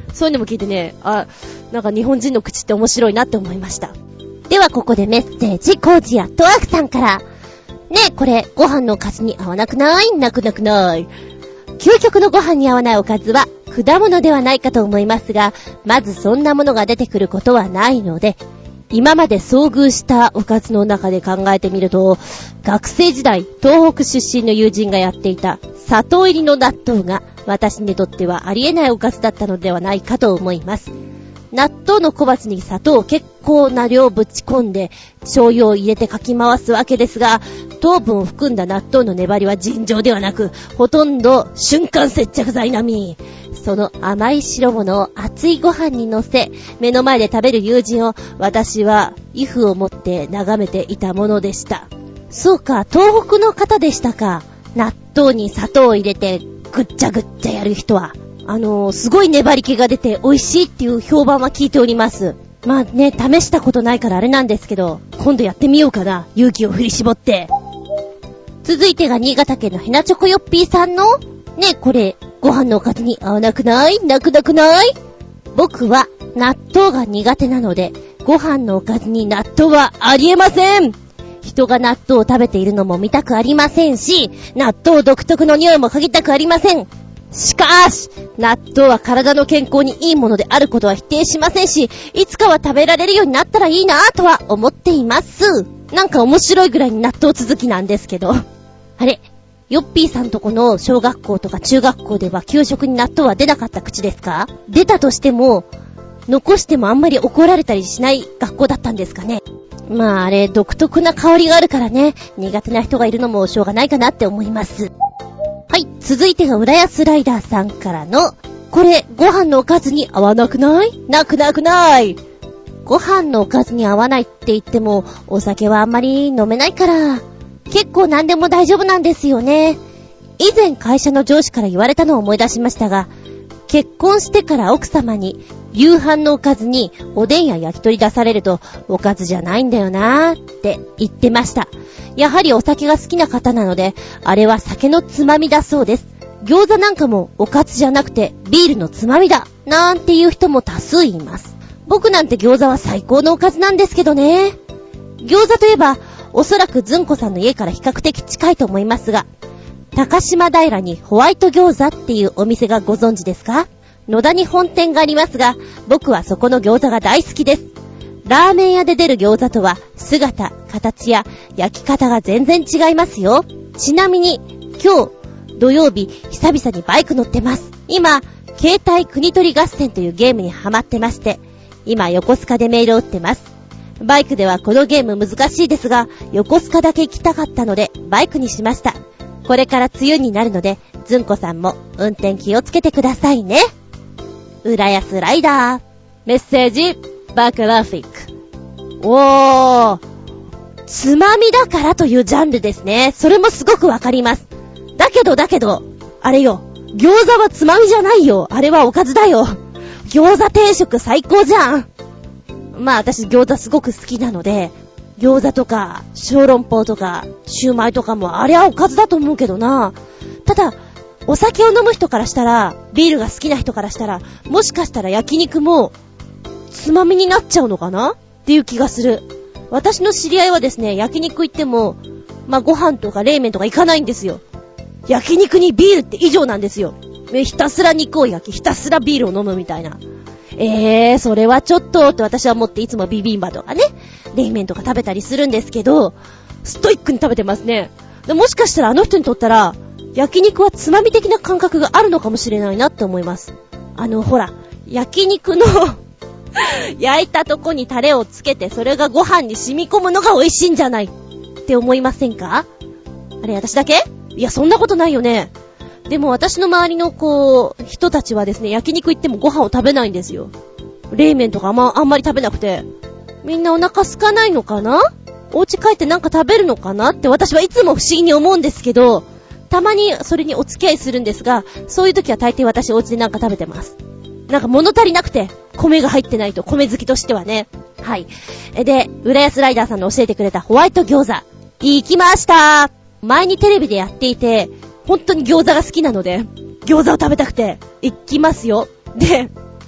そういうのも聞いてね、なんか日本人の口って面白いなって思いました。ではここでメッセージ、コージやトワークさんから。ね、これ、ご飯のおかずに合わなくない？なくなくない。究極のご飯に合わないおかずは果物ではないかと思いますが、まずそんなものが出てくることはないので、今まで遭遇したおかずの中で考えてみると、学生時代、東北出身の友人がやっていた砂糖入りの納豆が私にとってはありえないおかずだったのではないかと思います。納豆の小鉢に砂糖を結構な量ぶち込んで醤油を入れてかき回すわけですが、糖分を含んだ納豆の粘りは尋常ではなく、ほとんど瞬間接着剤並み。その甘い白物を熱いご飯に乗せ、目の前で食べる友人を私は威風を持って眺めていたものでした。そうか、東北の方でしたか。納豆に砂糖を入れてぐっちゃぐっちゃやる人は。すごい粘り気が出て美味しいっていう評判は聞いております。まあね、試したことないからあれなんですけど、今度やってみようかな。勇気を振り絞って。続いてが新潟県のヘナチョコヨッピーさんの、ね、これ、ご飯のおかずに合わなくない？なくなくない？僕は納豆が苦手なので、ご飯のおかずに納豆はありえません。人が納豆を食べているのも見たくありませんし、納豆独特の匂いも嗅ぎたくありません。しかし、納豆は体の健康にいいものであることは否定しませんし、いつかは食べられるようになったらいいなぁとは思っています。なんか面白いぐらいに納豆続きなんですけど。あれ？ヨッピーさんとこの小学校とか中学校では給食に納豆は出なかった口ですか？出たとしても、残してもあんまり怒られたりしない学校だったんですかね。まああれ独特な香りがあるからね、苦手な人がいるのもしょうがないかなって思います。はい、続いてが浦安ライダーさんからの、これご飯のおかずに合わなくない？なくなくない。ご飯のおかずに合わないって言っても、お酒はあんまり飲めないから、結構何でも大丈夫なんですよね。以前会社の上司から言われたのを思い出しましたが、結婚してから奥様に夕飯のおかずにおでんや焼き鳥出されるとおかずじゃないんだよなーって言ってました。やはりお酒が好きな方なので、あれは酒のつまみだそうです。餃子なんかもおかずじゃなくてビールのつまみだなんていう人も多数います。僕なんて餃子は最高のおかずなんですけどね。餃子といえばおそらくずんこさんの家から比較的近いと思いますが、高島平にホワイト餃子っていうお店がご存知ですか？野田に本店がありますが、僕はそこの餃子が大好きです。ラーメン屋で出る餃子とは姿、形や焼き方が全然違いますよ。ちなみに今日土曜日久々にバイク乗ってます。今携帯国取り合戦というゲームにハマってまして、今横須賀でメールを打ってます。バイクではこのゲーム難しいですが、横須賀だけ行きたかったのでバイクにしました。これから梅雨になるので、ずんこさんも運転気をつけてくださいね。浦安ライダー。メッセージ、バカラフィック。おー。つまみだからというジャンルですね。それもすごくわかります。だけど、あれよ。餃子はつまみじゃないよ。あれはおかずだよ。餃子定食最高じゃん。まあ私餃子すごく好きなので、餃子とか小籠包とかシューマイとかもあれはおかずだと思うけどな。ただお酒を飲む人からしたら、ビールが好きな人からしたら、もしかしたら焼肉もつまみになっちゃうのかなっていう気がする。私の知り合いはですね、焼肉行ってもまあご飯とか冷麺とか行かないんですよ。焼肉にビールって以上なんですよ。ひたすら肉を焼き、ひたすらビールを飲むみたいな。それはちょっとって私は思って、いつもビビンバとかね、冷麺とか食べたりするんですけど、ストイックに食べてますね。でもしかしたらあの人にとったら焼肉はつまみ的な感覚があるのかもしれないなって思います。ほら、焼肉の焼いたとこにタレをつけて、それがご飯に染み込むのが美味しいんじゃないって思いませんか？あれ、私だけ？いや、そんなことないよね。でも私の周りの人たちはですね、焼肉行ってもご飯を食べないんですよ。冷麺とかあんまり食べなくて、みんなお腹空かないのかな？お家帰ってなんか食べるのかなって私はいつも不思議に思うんですけど、たまにそれにお付き合いするんですが、そういう時は大抵私お家でなんか食べてます。なんか物足りなくて、米が入ってないと、米好きとしてはね。はい。で、浦安ライダーさんの教えてくれたホワイト餃子、行きました。前にテレビでやっていて、本当に餃子が好きなので、餃子を食べたくて行きますよ。で、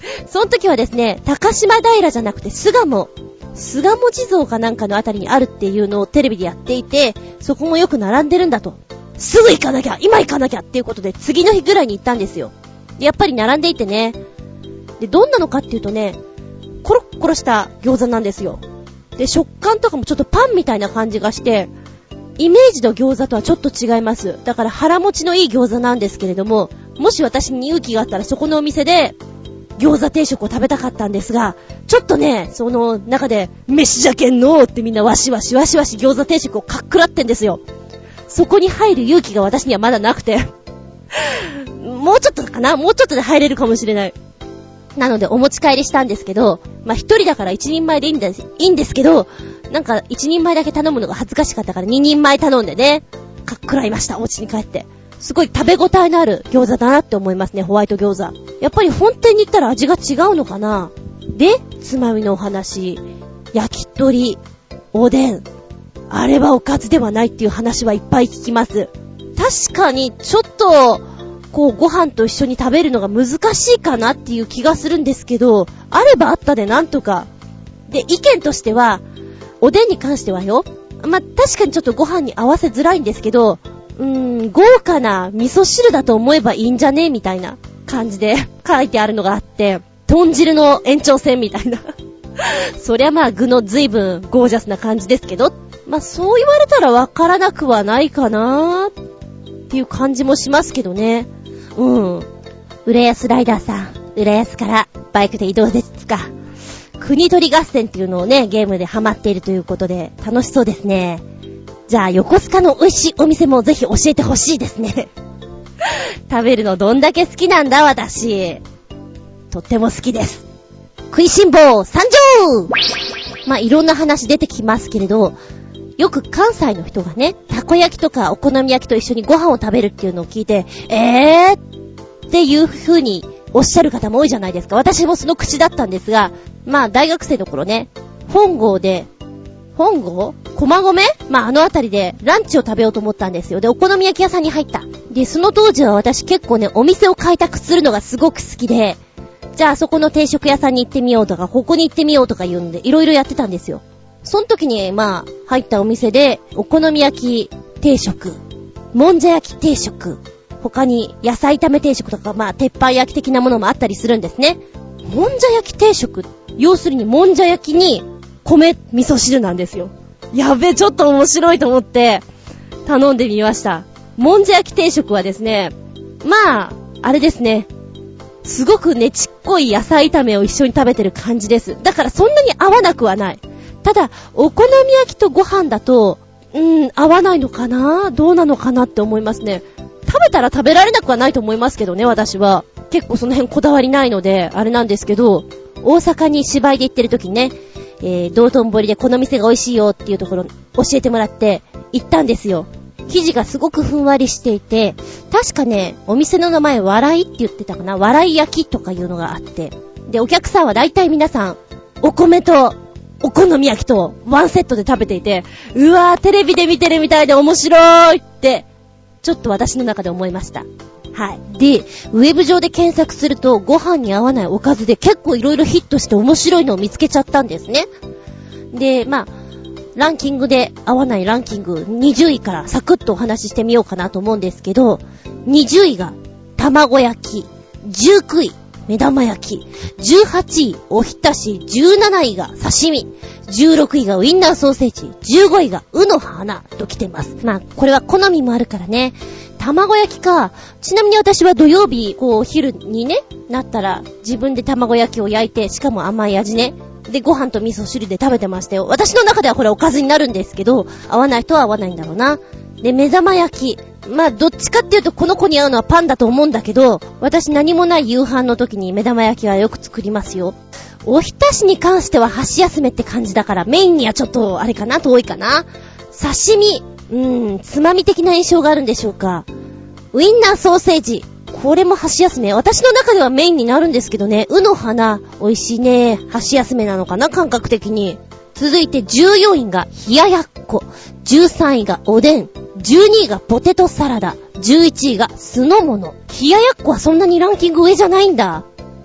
その時はですね、高島平じゃなくて巣鴨地蔵かなんかのあたりにあるっていうのをテレビでやっていて、そこもよく並んでるんだと。すぐ行かなきゃ、今行かなきゃっていうことで次の日ぐらいに行ったんですよ。で、やっぱり並んでいてね。で、どんなのかっていうとね、コロッコロした餃子なんですよ。で、食感とかもちょっとパンみたいな感じがして、イメージの餃子とはちょっと違います。だから腹持ちのいい餃子なんですけれども、もし私に勇気があったらそこのお店で餃子定食を食べたかったんですが、ちょっとね、その中で飯じゃけんのーってみんなわしわし餃子定食をかっくらってんですよ。そこに入る勇気が私にはまだなくてもうちょっとかな、もうちょっとで入れるかもしれない。なのでお持ち帰りしたんですけど、一人だから一人前でいいんですけど、なんか一人前だけ頼むのが恥ずかしかったから二人前頼んでね、かっくらいました。お家に帰ってすごい食べ応えのある餃子だなって思いますね。ホワイト餃子、やっぱり本店に行ったら味が違うのかな。で、つまみのお話、焼き鳥、おでん、あれはおかずではないっていう話はいっぱい聞きます。確かにちょっとこうご飯と一緒に食べるのが難しいかなっていう気がするんですけど、あればあったでなんとか。で、意見としてはおでんに関してはよ、確かにちょっとご飯に合わせづらいんですけど、豪華な味噌汁だと思えばいいんじゃねみたいな感じで書いてあるのがあって、豚汁の延長線みたいなそりゃ具の随分ゴージャスな感じですけど、そう言われたらわからなくはないかなっていう感じもしますけどね。浦安ライダーさん、浦安からバイクで移動ですか。国取り合戦っていうのをね、ゲームでハマっているということで楽しそうですね。じゃあ横須賀の美味しいお店もぜひ教えてほしいですね食べるのどんだけ好きなんだ私。とっても好きです。食いしん坊参上。いろんな話出てきますけれど、よく関西の人がね、たこ焼きとかお好み焼きと一緒にご飯を食べるっていうのを聞いて、っていう風におっしゃる方も多いじゃないですか。私もその口だったんですが、大学生の頃ね、本郷駒込あのあたりでランチを食べようと思ったんですよ。で、お好み焼き屋さんに入った。で、その当時は私結構ね、お店を開拓するのがすごく好きで、じゃあそこの定食屋さんに行ってみようとか、ここに行ってみようとか言うんで、いろいろやってたんですよ。その時に入ったお店で、お好み焼き定食、もんじゃ焼き定食、他に野菜炒め定食とか、鉄板焼き的なものもあったりするんですね。もんじゃ焼き定食、要するにもんじゃ焼きに米味噌汁なんですよ。やべ、ちょっと面白いと思って頼んでみました。もんじゃ焼き定食はですね、あれですね、すごくねちっこい野菜炒めを一緒に食べてる感じです。だからそんなに合わなくはない。ただお好み焼きとご飯だと合わないのかな、どうなのかなって思いますね。食べたら食べられなくはないと思いますけどね。私は結構その辺こだわりないのであれなんですけど、大阪に芝居で行ってる時にね、道頓堀でこの店が美味しいよっていうところ教えてもらって行ったんですよ。生地がすごくふんわりしていて、確かね、お店の名前笑いって言ってたかな、笑い焼きとかいうのがあって、でお客さんは大体皆さんお米とお好み焼きとワンセットで食べていて、うわー、テレビで見てるみたいで面白いってちょっと私の中で思いました。はい。で、ウェブ上で検索するとご飯に合わないおかずで結構いろいろヒットして面白いのを見つけちゃったんですね。で、ランキングで合わないランキング20位からサクッとお話ししてみようかなと思うんですけど、20位が卵焼き、19位目玉焼き、18位おひたし、17位が刺身、16位がウインナーソーセージ、15位がうの花と来てます。これは好みもあるからね。卵焼きか。ちなみに私は土曜日お昼にねなったら自分で卵焼きを焼いて、しかも甘い味ねでご飯と味噌汁で食べてましたよ。私の中ではこれおかずになるんですけど、合わない人は合わないんだろうな。で、目玉焼き、どっちかっていうとこの子に合うのはパンだと思うんだけど、私何もない夕飯の時に目玉焼きはよく作りますよ。おひたしに関しては箸休めって感じだからメインにはちょっとあれかな、遠いかな。刺身、つまみ的な印象があるんでしょうか。ウインナーソーセージ、これも箸休め。私の中ではメインになるんですけどね。うの花、美味しいね。箸休めなのかな、感覚的に。続いて14位が冷ややっこ、13位がおでん、12位がポテトサラダ、11位が酢の物。冷ややっこはそんなにランキング上じゃないんだ。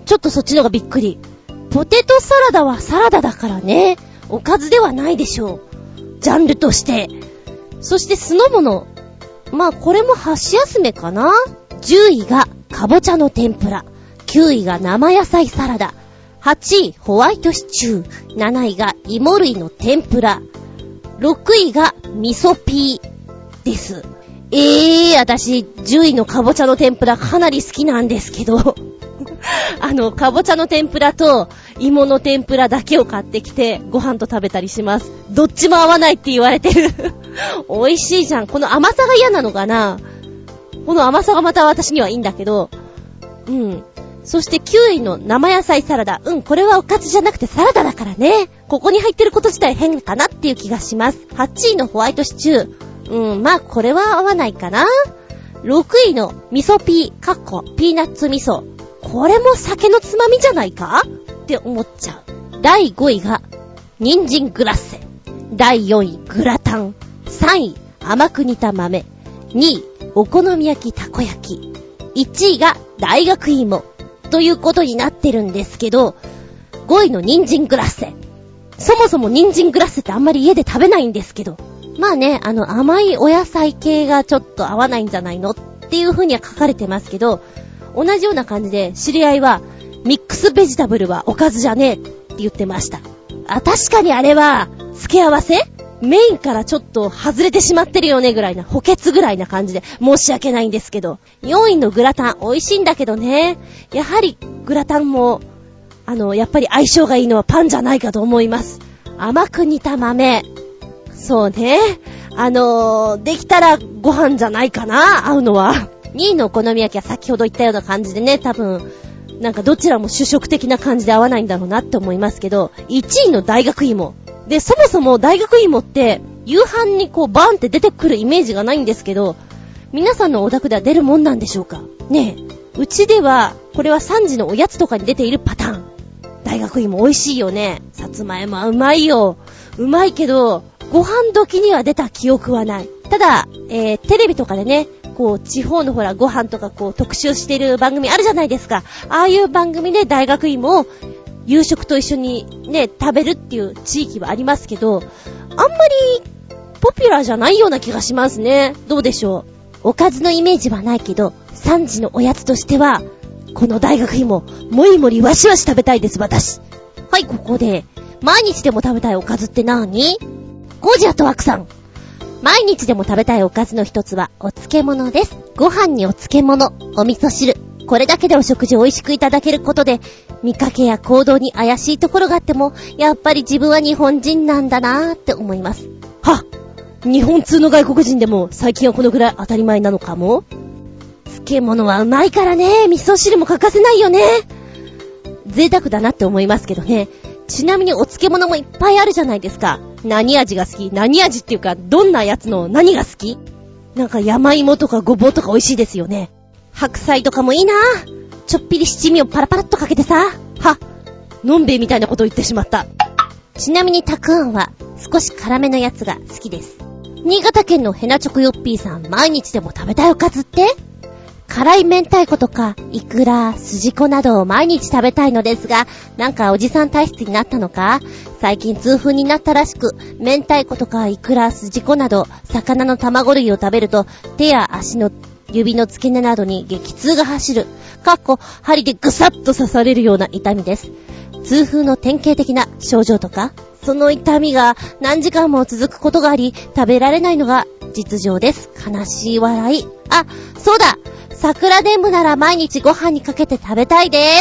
ちょっとそっちのがびっくり。ポテトサラダはサラダだからね。おかずではないでしょう。ジャンルとして。そして酢の物。まあこれも箸休めかな。10位がかぼちゃの天ぷら。9位が生野菜サラダ。8位ホワイトシチュー。7位が芋類の天ぷら。6位が味噌ピーです。私10位のかぼちゃの天ぷらかなり好きなんですけどかぼちゃの天ぷらと芋の天ぷらだけを買ってきてご飯と食べたりします。どっちも合わないって言われてる美味しいじゃん。この甘さが嫌なのかな。この甘さがまた私にはいいんだけど、そして9位の生野菜サラダ。これはおかずじゃなくてサラダだからね。ここに入ってること自体変かなっていう気がします。8位のホワイトシチュー。まあこれは合わないかな。6位の味噌ピー、ピーナッツ味噌。これも酒のつまみじゃないかって思っちゃう。第5位が人参グラッセ。第4位グラタン。3位甘く煮た豆。2位お好み焼きたこ焼き。1位が大学芋ということになってるんですけど、5位の人参グラッセ。そもそも人参グラッセってあんまり家で食べないんですけど、まあね、甘いお野菜系がちょっと合わないんじゃないのっていう風には書かれてますけど、同じような感じで知り合いはミックスベジタブルはおかずじゃねえって言ってました。確かにあれは付け合わせメインからちょっと外れてしまってるよねぐらいな、補欠ぐらいな感じで申し訳ないんですけど、4位のグラタン美味しいんだけどね、やはりグラタンもやっぱり相性がいいのはパンじゃないかと思います。甘く煮た豆、そうね、できたらご飯じゃないかな、合うのは。2位のお好み焼きは先ほど言ったような感じでね、多分なんかどちらも主食的な感じで合わないんだろうなって思いますけど、1位の大学芋で、そもそも大学芋って夕飯にこうバーンって出てくるイメージがないんですけど、皆さんのお宅では出るもんなんでしょうかね。うちではこれは3時のおやつとかに出ているパターン。大学芋美味しいよね。さつまいもはうまいよ。うまいけどご飯時には出た記憶はない。ただ、テレビとかでね、こう地方のほらご飯とかこう特集してる番組あるじゃないですか。ああいう番組で大学芋を夕食と一緒にね食べるっていう地域はありますけど、あんまりポピュラーじゃないような気がしますね。どうでしょう。おかずのイメージはないけど、3時のおやつとしてはこの大学芋もりもりわしわし食べたいです私。はい、ここで毎日でも食べたいおかずって何？ゴージアットワークさん。毎日でも食べたいおかずの一つはお漬物です。ご飯にお漬物、お味噌汁、これだけでお食事を美味しくいただけることで、見かけや行動に怪しいところがあっても、やっぱり自分は日本人なんだなーって思います。はっ、日本通の外国人でも最近はこのぐらい当たり前なのかも。漬物はうまいからね、味噌汁も欠かせないよね。贅沢だなって思いますけどね。ちなみにお漬物もいっぱいあるじゃないですか。何味が好き？何味っていうか、どんなやつの何が好き？なんか山芋とかごぼうとか美味しいですよね。白菜とかもいいな。ちょっぴり七味をパラパラっとかけてさ。は、のんべえみたいなことを言ってしまった。ちなみにたくあんは少し辛めのやつが好きです。新潟県のヘナチョコヨッピーさん、毎日でも食べたいおかずって？辛い明太子とかイクラ、スジコなどを毎日食べたいのですが、なんかおじさん体質になったのか、最近痛風になったらしく、明太子とかイクラ、スジコなど魚の卵類を食べると手や足の指の付け根などに激痛が走る。針でぐさっと刺されるような痛みです。痛風の典型的な症状とか、その痛みが何時間も続くことがあり、食べられないのが実情です。悲しい笑い。あ、そうだ、桜でんぶなら毎日ご飯にかけて食べたいです。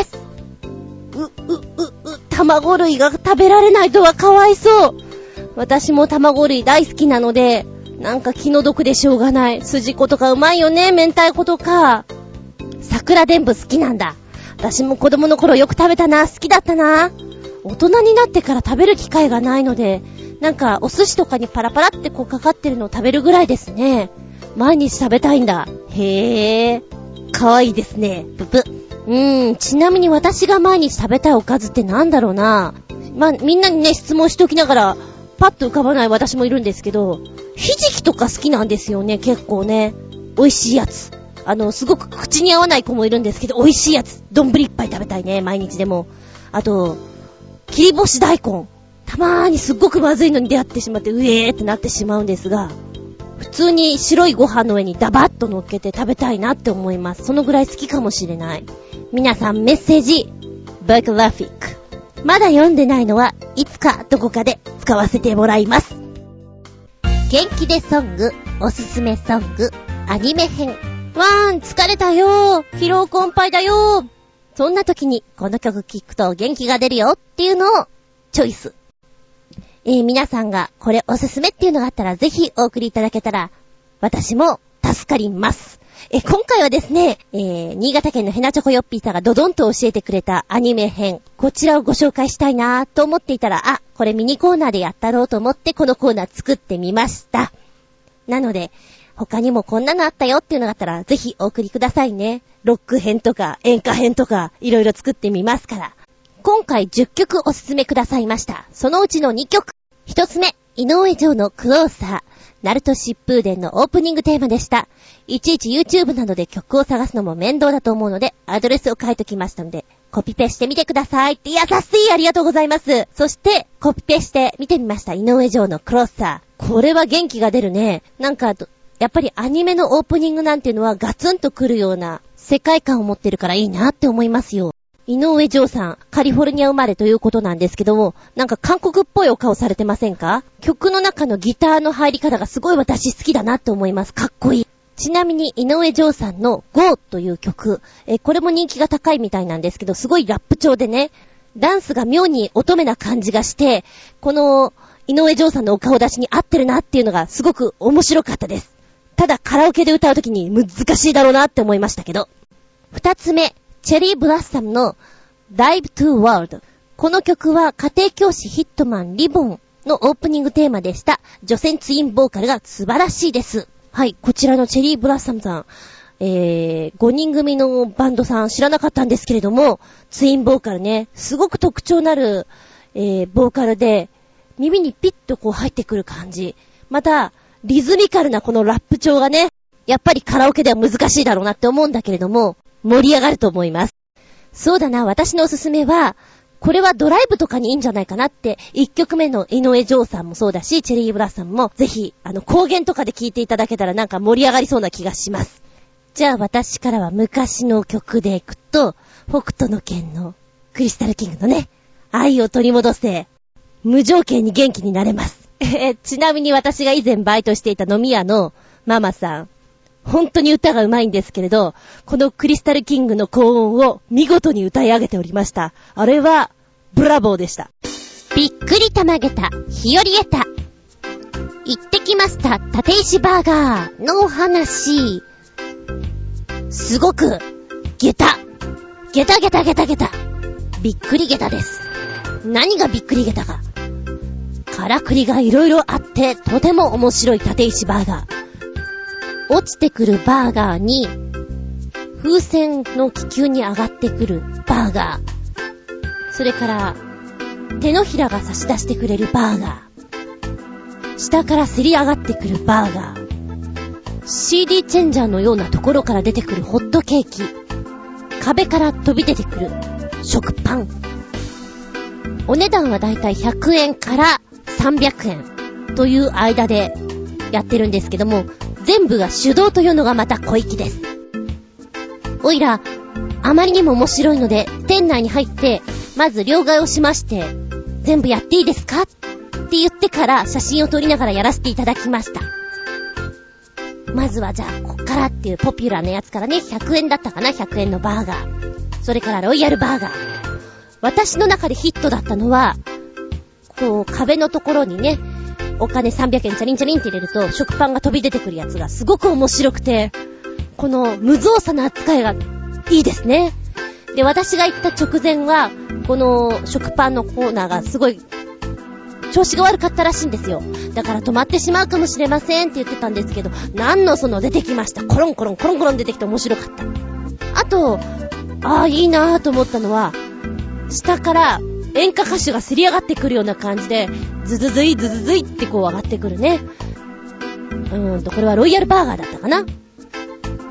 卵類が食べられないとはかわいそう。私も卵類大好きなので、なんか気の毒でしょうがない。筋子とかうまいよね、明太子とか。桜でんぶ好きなんだ。私も子供の頃よく食べたな、好きだったな。大人になってから食べる機会がないので、なんかお寿司とかにパラパラってこうかかってるのを食べるぐらいですね。毎日食べたいんだ。へー、かわいいですね。ぷぷ。ちなみに私が毎日食べたいおかずってなんだろうな。まあ、みんなにね、質問しときながら、パッと浮かばない私もいるんですけど、ひじきとか好きなんですよね、結構ね。美味しいやつ。 すごく口に合わない子もいるんですけど、美味しいやつ、丼いっぱい食べたいね、毎日でも。あと、切り干し大根。たまーにすっごくまずいのに出会ってしまって、うえーってなってしまうんですが、普通に白いご飯の上にダバッと乗っけて食べたいなって思います。そのぐらい好きかもしれない。皆さんメッセージ、バグラフィック。まだ読んでないのはいつかどこかで使わせてもらいます。元気でソング、おすすめソング、アニメ編。わーん、疲れたよー。疲労困憊だよー。そんな時にこの曲聴くと元気が出るよっていうのをチョイス。皆さんがこれおすすめっていうのがあったらぜひお送りいただけたら私も助かります。今回はですね、新潟県のヘナチョコヨッピーさんがドドンと教えてくれたアニメ編、こちらをご紹介したいなと思っていたら、これミニコーナーでやったろうと思ってこのコーナー作ってみました。なので、他にもこんなのあったよっていうのがあったらぜひお送りくださいね。ロック編とか演歌編とかいろいろ作ってみますから。今回10曲おすすめくださいました。そのうちの2曲。1つ目、井上譲のクローサー。ナルト疾風伝のオープニングテーマでした。いちいち YouTube などで曲を探すのも面倒だと思うので、アドレスを書いときましたので、コピペしてみてくださいって優しい、ありがとうございます。そして、コピペして見てみました。井上譲のクローサー。これは元気が出るね。なんか、やっぱりアニメのオープニングなんていうのはガツンとくるような世界観を持ってるからいいなって思いますよ。井上譲さん、カリフォルニア生まれということなんですけども、なんか韓国っぽいお顔されてませんか？曲の中のギターの入り方がすごい私好きだなって思います。かっこいい。ちなみに井上譲さんの GO という曲、これも人気が高いみたいなんですけど、すごいラップ調でね、ダンスが妙に乙女な感じがして、この井上譲さんのお顔出しに合ってるなっていうのがすごく面白かったです。ただカラオケで歌うときに難しいだろうなって思いましたけど。二つ目、チェリーブラッサムの Dive to World。この曲は家庭教師ヒットマンリボンのオープニングテーマでした。女性ツインボーカルが素晴らしいです。はい、こちらのチェリーブラッサムさん、5人組のバンドさん知らなかったんですけれども、ツインボーカルね、すごく特徴のある、ボーカルで、耳にピッとこう入ってくる感じ。また、リズミカルなこのラップ調がね、やっぱりカラオケでは難しいだろうなって思うんだけれども、盛り上がると思います。そうだな、私のおすすめは、これはドライブとかにいいんじゃないかなって、1曲目の井上譲さんもそうだし、チェリーブラさんも、ぜひ、高原とかで聴いていただけたらなんか盛り上がりそうな気がします。じゃあ私からは昔の曲でいくと、北斗の拳のクリスタルキングのね、愛を取り戻せ、無条件に元気になれます。ちなみに私が以前バイトしていた飲み屋のママさん、本当に歌が上手いんですけれど、このクリスタルキングの高音を見事に歌い上げておりました。あれはブラボーでした。びっくりたまげた日和げた行ってきました立石バーガーのお話。すごくゲタびっくりゲタです。何がびっくりゲタか、からくりがいろいろあってとても面白い立石バーガー。落ちてくるバーガーに風船の気球に上がってくるバーガー、それから手のひらが差し出してくれるバーガー、下からせり上がってくるバーガー、CD チェンジャーのようなところから出てくるホットケーキ、壁から飛び出てくる食パン。お値段はだいたい100円から300円という間でやってるんですけども、全部が手動というのがまた小粋です。おいら、あまりにも面白いので、店内に入って、まず両替をしまして、全部やっていいですかって言ってから写真を撮りながらやらせていただきました。まずはじゃあ、こっからっていうポピュラーなやつからね、100円だったかな、100円のバーガー。それからロイヤルバーガー。私の中でヒットだったのは、こう、壁のところにね、お金300円チャリンチャリンって入れると食パンが飛び出てくるやつがすごく面白くて、この無造作な扱いがいいですね。で、私が行った直前はこの食パンのコーナーがすごい調子が悪かったらしいんですよ。だから止まってしまうかもしれませんって言ってたんですけど、なんのその出てきました。コロンコロンコロンコロン出てきて面白かった。あと、いいなぁと思ったのは、下から演歌歌手がせり上がってくるような感じで、ズズズイズズズイってこう上がってくるね。これはロイヤルバーガーだったかな。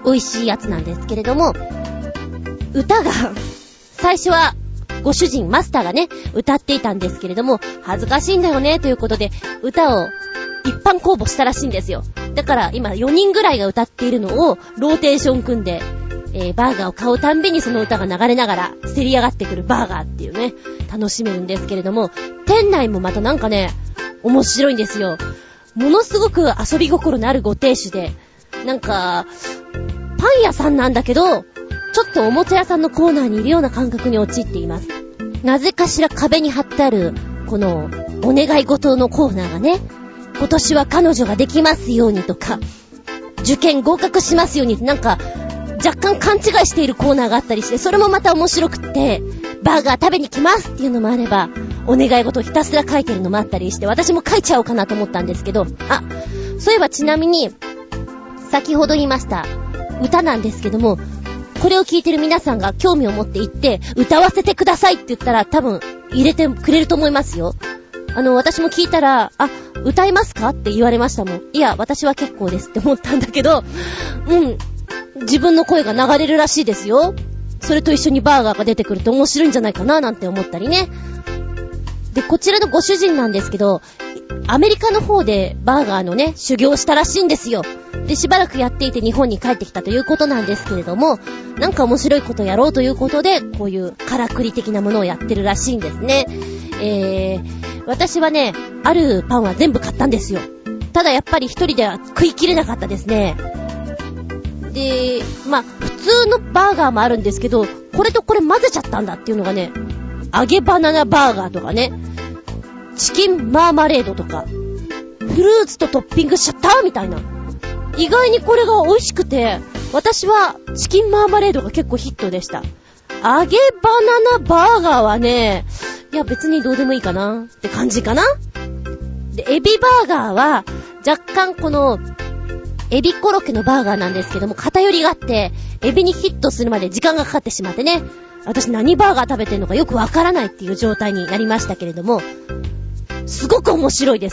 美味しいやつなんですけれども、歌が最初はご主人マスターがね歌っていたんですけれども、恥ずかしいんだよねということで歌を一般公募したらしいんですよ。だから今4人ぐらいが歌っているのをローテーション組んで、バーガーを買うたんびにその歌が流れながらせり上がってくるバーガーっていうね、楽しめるんですけれども、店内もまたなんかね面白いんですよ。ものすごく遊び心のあるご亭主で、なんかパン屋さんなんだけどちょっとおもちゃ屋さんのコーナーにいるような感覚に陥っています。なぜかしら壁に貼ってあるこのお願い事のコーナーがね、今年は彼女ができますようにとか、受験合格しますようにってなんか若干勘違いしているコーナーがあったりして、それもまた面白くって、バーガー食べに来ますっていうのもあれば、お願い事をひたすら書いてるのもあったりして、私も書いちゃおうかなと思ったんですけど、そういえばちなみに先ほど言いました歌なんですけども、これを聞いてる皆さんが興味を持って言って歌わせてくださいって言ったら多分入れてくれると思いますよ。私も聞いたら、歌いますかって言われましたもん。いや、私は結構ですって思ったんだけど、自分の声が流れるらしいですよ。それと一緒にバーガーが出てくると面白いんじゃないかななんて思ったりね。で、こちらのご主人なんですけど、アメリカの方でバーガーのね修行したらしいんですよ。で、しばらくやっていて日本に帰ってきたということなんですけれども、なんか面白いことをやろうということでこういうからくり的なものをやってるらしいんですね。私はね、あるパンは全部買ったんですよ。ただやっぱり一人では食い切れなかったですね。で、普通のバーガーもあるんですけど、これとこれ混ぜちゃったんだっていうのがね、揚げバナナバーガーとかね、チキンマーマレードとか、フルーツとトッピングしちゃったみたいな。意外にこれが美味しくて、私はチキンマーマレードが結構ヒットでした。揚げバナナバーガーはね、いや別にどうでもいいかなって感じかな。で、エビバーガーは若干このエビコロッケのバーガーなんですけども、偏りがあってエビにヒットするまで時間がかかってしまってね、私何バーガー食べてるのかよくわからないっていう状態になりましたけれども、すごく面白いです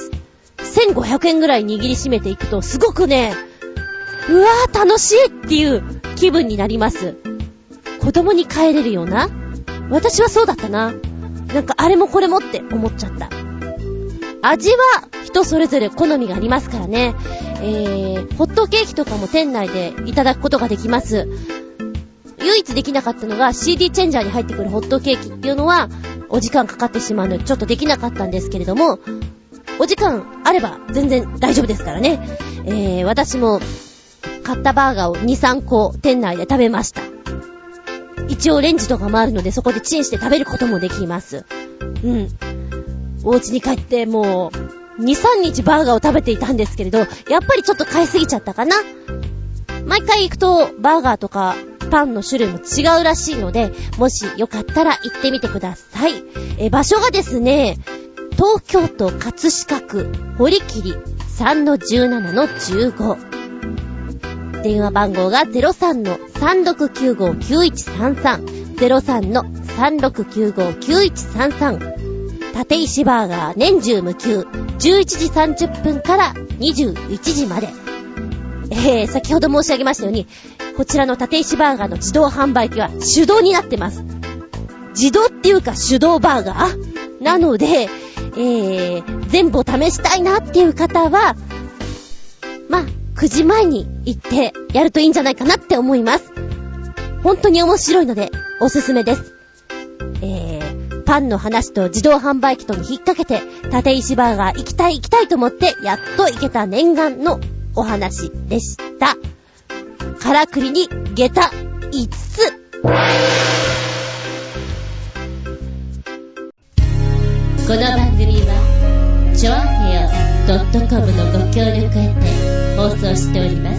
。1500円ぐらい握りしめていくとすごくね、うわー楽しいっていう気分になります。子供に帰れるような、私はそうだったな。なんかあれもこれもって思っちゃった。味は人それぞれ好みがありますからね。ホットケーキとかも店内でいただくことができます。唯一できなかったのが CD チェンジャーに入ってくるホットケーキっていうのはお時間かかってしまうのでちょっとできなかったんですけれども、お時間あれば全然大丈夫ですからね。私も買ったバーガーを 2,3 個店内で食べました。一応レンジとかもあるのでそこでチンして食べることもできます。お家に帰ってもう 2,3 日バーガーを食べていたんですけれど、やっぱりちょっと買いすぎちゃったかな。毎回行くとバーガーとかパンの種類も違うらしいので、もしよかったら行ってみてください。場所がですね、東京都葛飾区堀切 3-17-15、電話番号が 03-3695-9133 03-3695-9133、立石バーガー年中無休、11時30分から21時まで。先ほど申し上げましたように、こちらの立石バーガーの自動販売機は手動になってます。自動っていうか手動バーガーなので、全部を試したいなっていう方は9時前に行ってやるといいんじゃないかなって思います。本当に面白いのでおすすめです。パンの話と自動販売機とに引っ掛けて立石バーガー行きたいと思ってやっと行けた念願のお話でした。からくりに下駄5つ。この番組はちょあへよ .com のご協力を得て放送しております。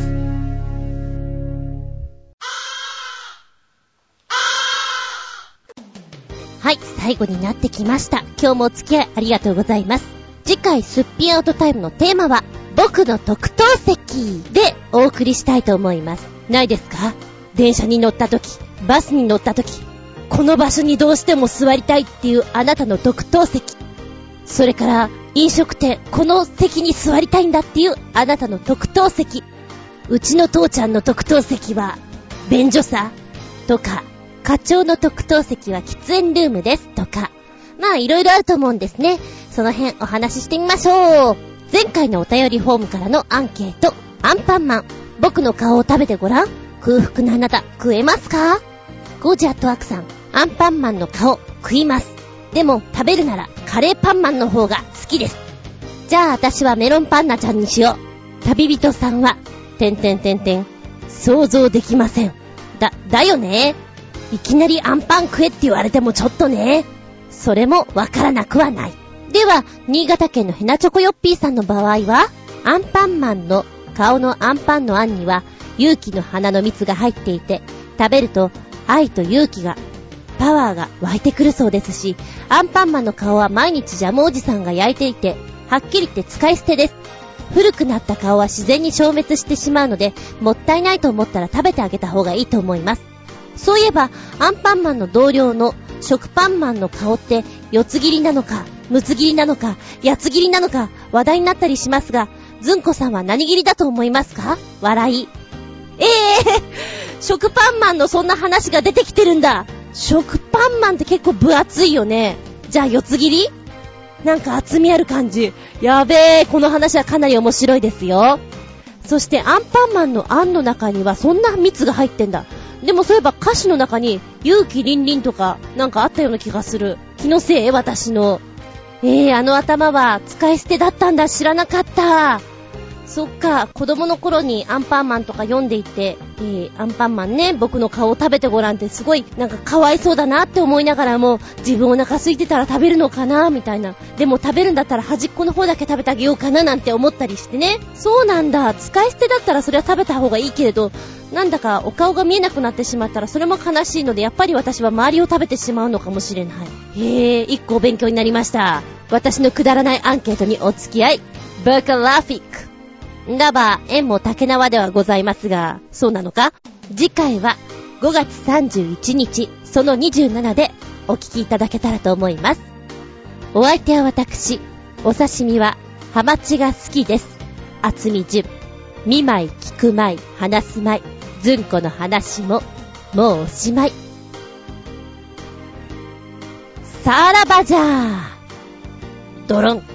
はい、最後になってきました。今日もお付き合いありがとうございます。次回すっぴんアウトタイムのテーマは僕の特等席でお送りしたいと思います。ないですか？電車に乗った時、バスに乗った時、この場所にどうしても座りたいっていうあなたの特等席、それから飲食店、この席に座りたいんだっていうあなたの特等席、 うちの父ちゃんの特等席は便所さとか、課長の特等席は喫煙ルームですとか、まあいろいろあると思うんですね。その辺お話ししてみましょう。前回のお便りフォームからのアンケート。アンパンマン、僕の顔を食べてごらん。空腹なあなた食えますか？ゴージアットワークさん、アンパンマンの顔食います。でも食べるならカレーパンマンの方が好きです。じゃあ私はメロンパンナちゃんにしよう。旅人さんは想像できません。だよね。いきなりアンパン食えって言われてもちょっとね。それもわからなくはない。では新潟県のヘナチョコヨッピーさんの場合は、アンパンマンの顔のアンパンのあんには勇気の花の蜜が入っていて、食べると愛と勇気がパワーが湧いてくるそうですし、アンパンマンの顔は毎日ジャムおじさんが焼いていて、はっきり言って使い捨てです。古くなった顔は自然に消滅してしまうので、もったいないと思ったら食べてあげた方がいいと思います。そういえばアンパンマンの同僚の食パンマンの顔って四つ切りなのか六つ切りなのか八つ切りなのか話題になったりしますが、ずんこさんは何切りだと思いますか？笑い。食パンマンのそんな話が出てきてるんだ。食パンマンって結構分厚いよね。じゃあ四つ切り？なんか厚みある感じ。やべえ、この話はかなり面白いですよ。そしてアンパンマンのあんの中にはそんな蜜が入ってんだ。でもそういえば歌詞の中に勇気りんりんとかなんかあったような気がする。気のせい？私の。あの頭は使い捨てだったんだ。知らなかった。そっか、子供の頃にアンパンマンとか読んでいて、アンパンマンね、僕の顔を食べてごらんってすごいなんかかわいそうだなって思いながらも、自分お腹空いてたら食べるのかなみたいな。でも食べるんだったら端っこの方だけ食べてあげようかななんて思ったりしてね。そうなんだ。使い捨てだったらそれは食べた方がいいけれど、なんだかお顔が見えなくなってしまったらそれも悲しいので、やっぱり私は周りを食べてしまうのかもしれない。一個勉強になりました。私のくだらないアンケートにお付き合い。バカラフィック。ラバー、縁も竹縄ではございますが、そうなのか？次回は5月31日、その27でお聞きいただけたらと思います。お相手は私、お刺身はハマチが好きです。厚み純。見舞い聞く舞い話す舞い。ずんこの話ももうおしまい。さらばじゃー。ドロン。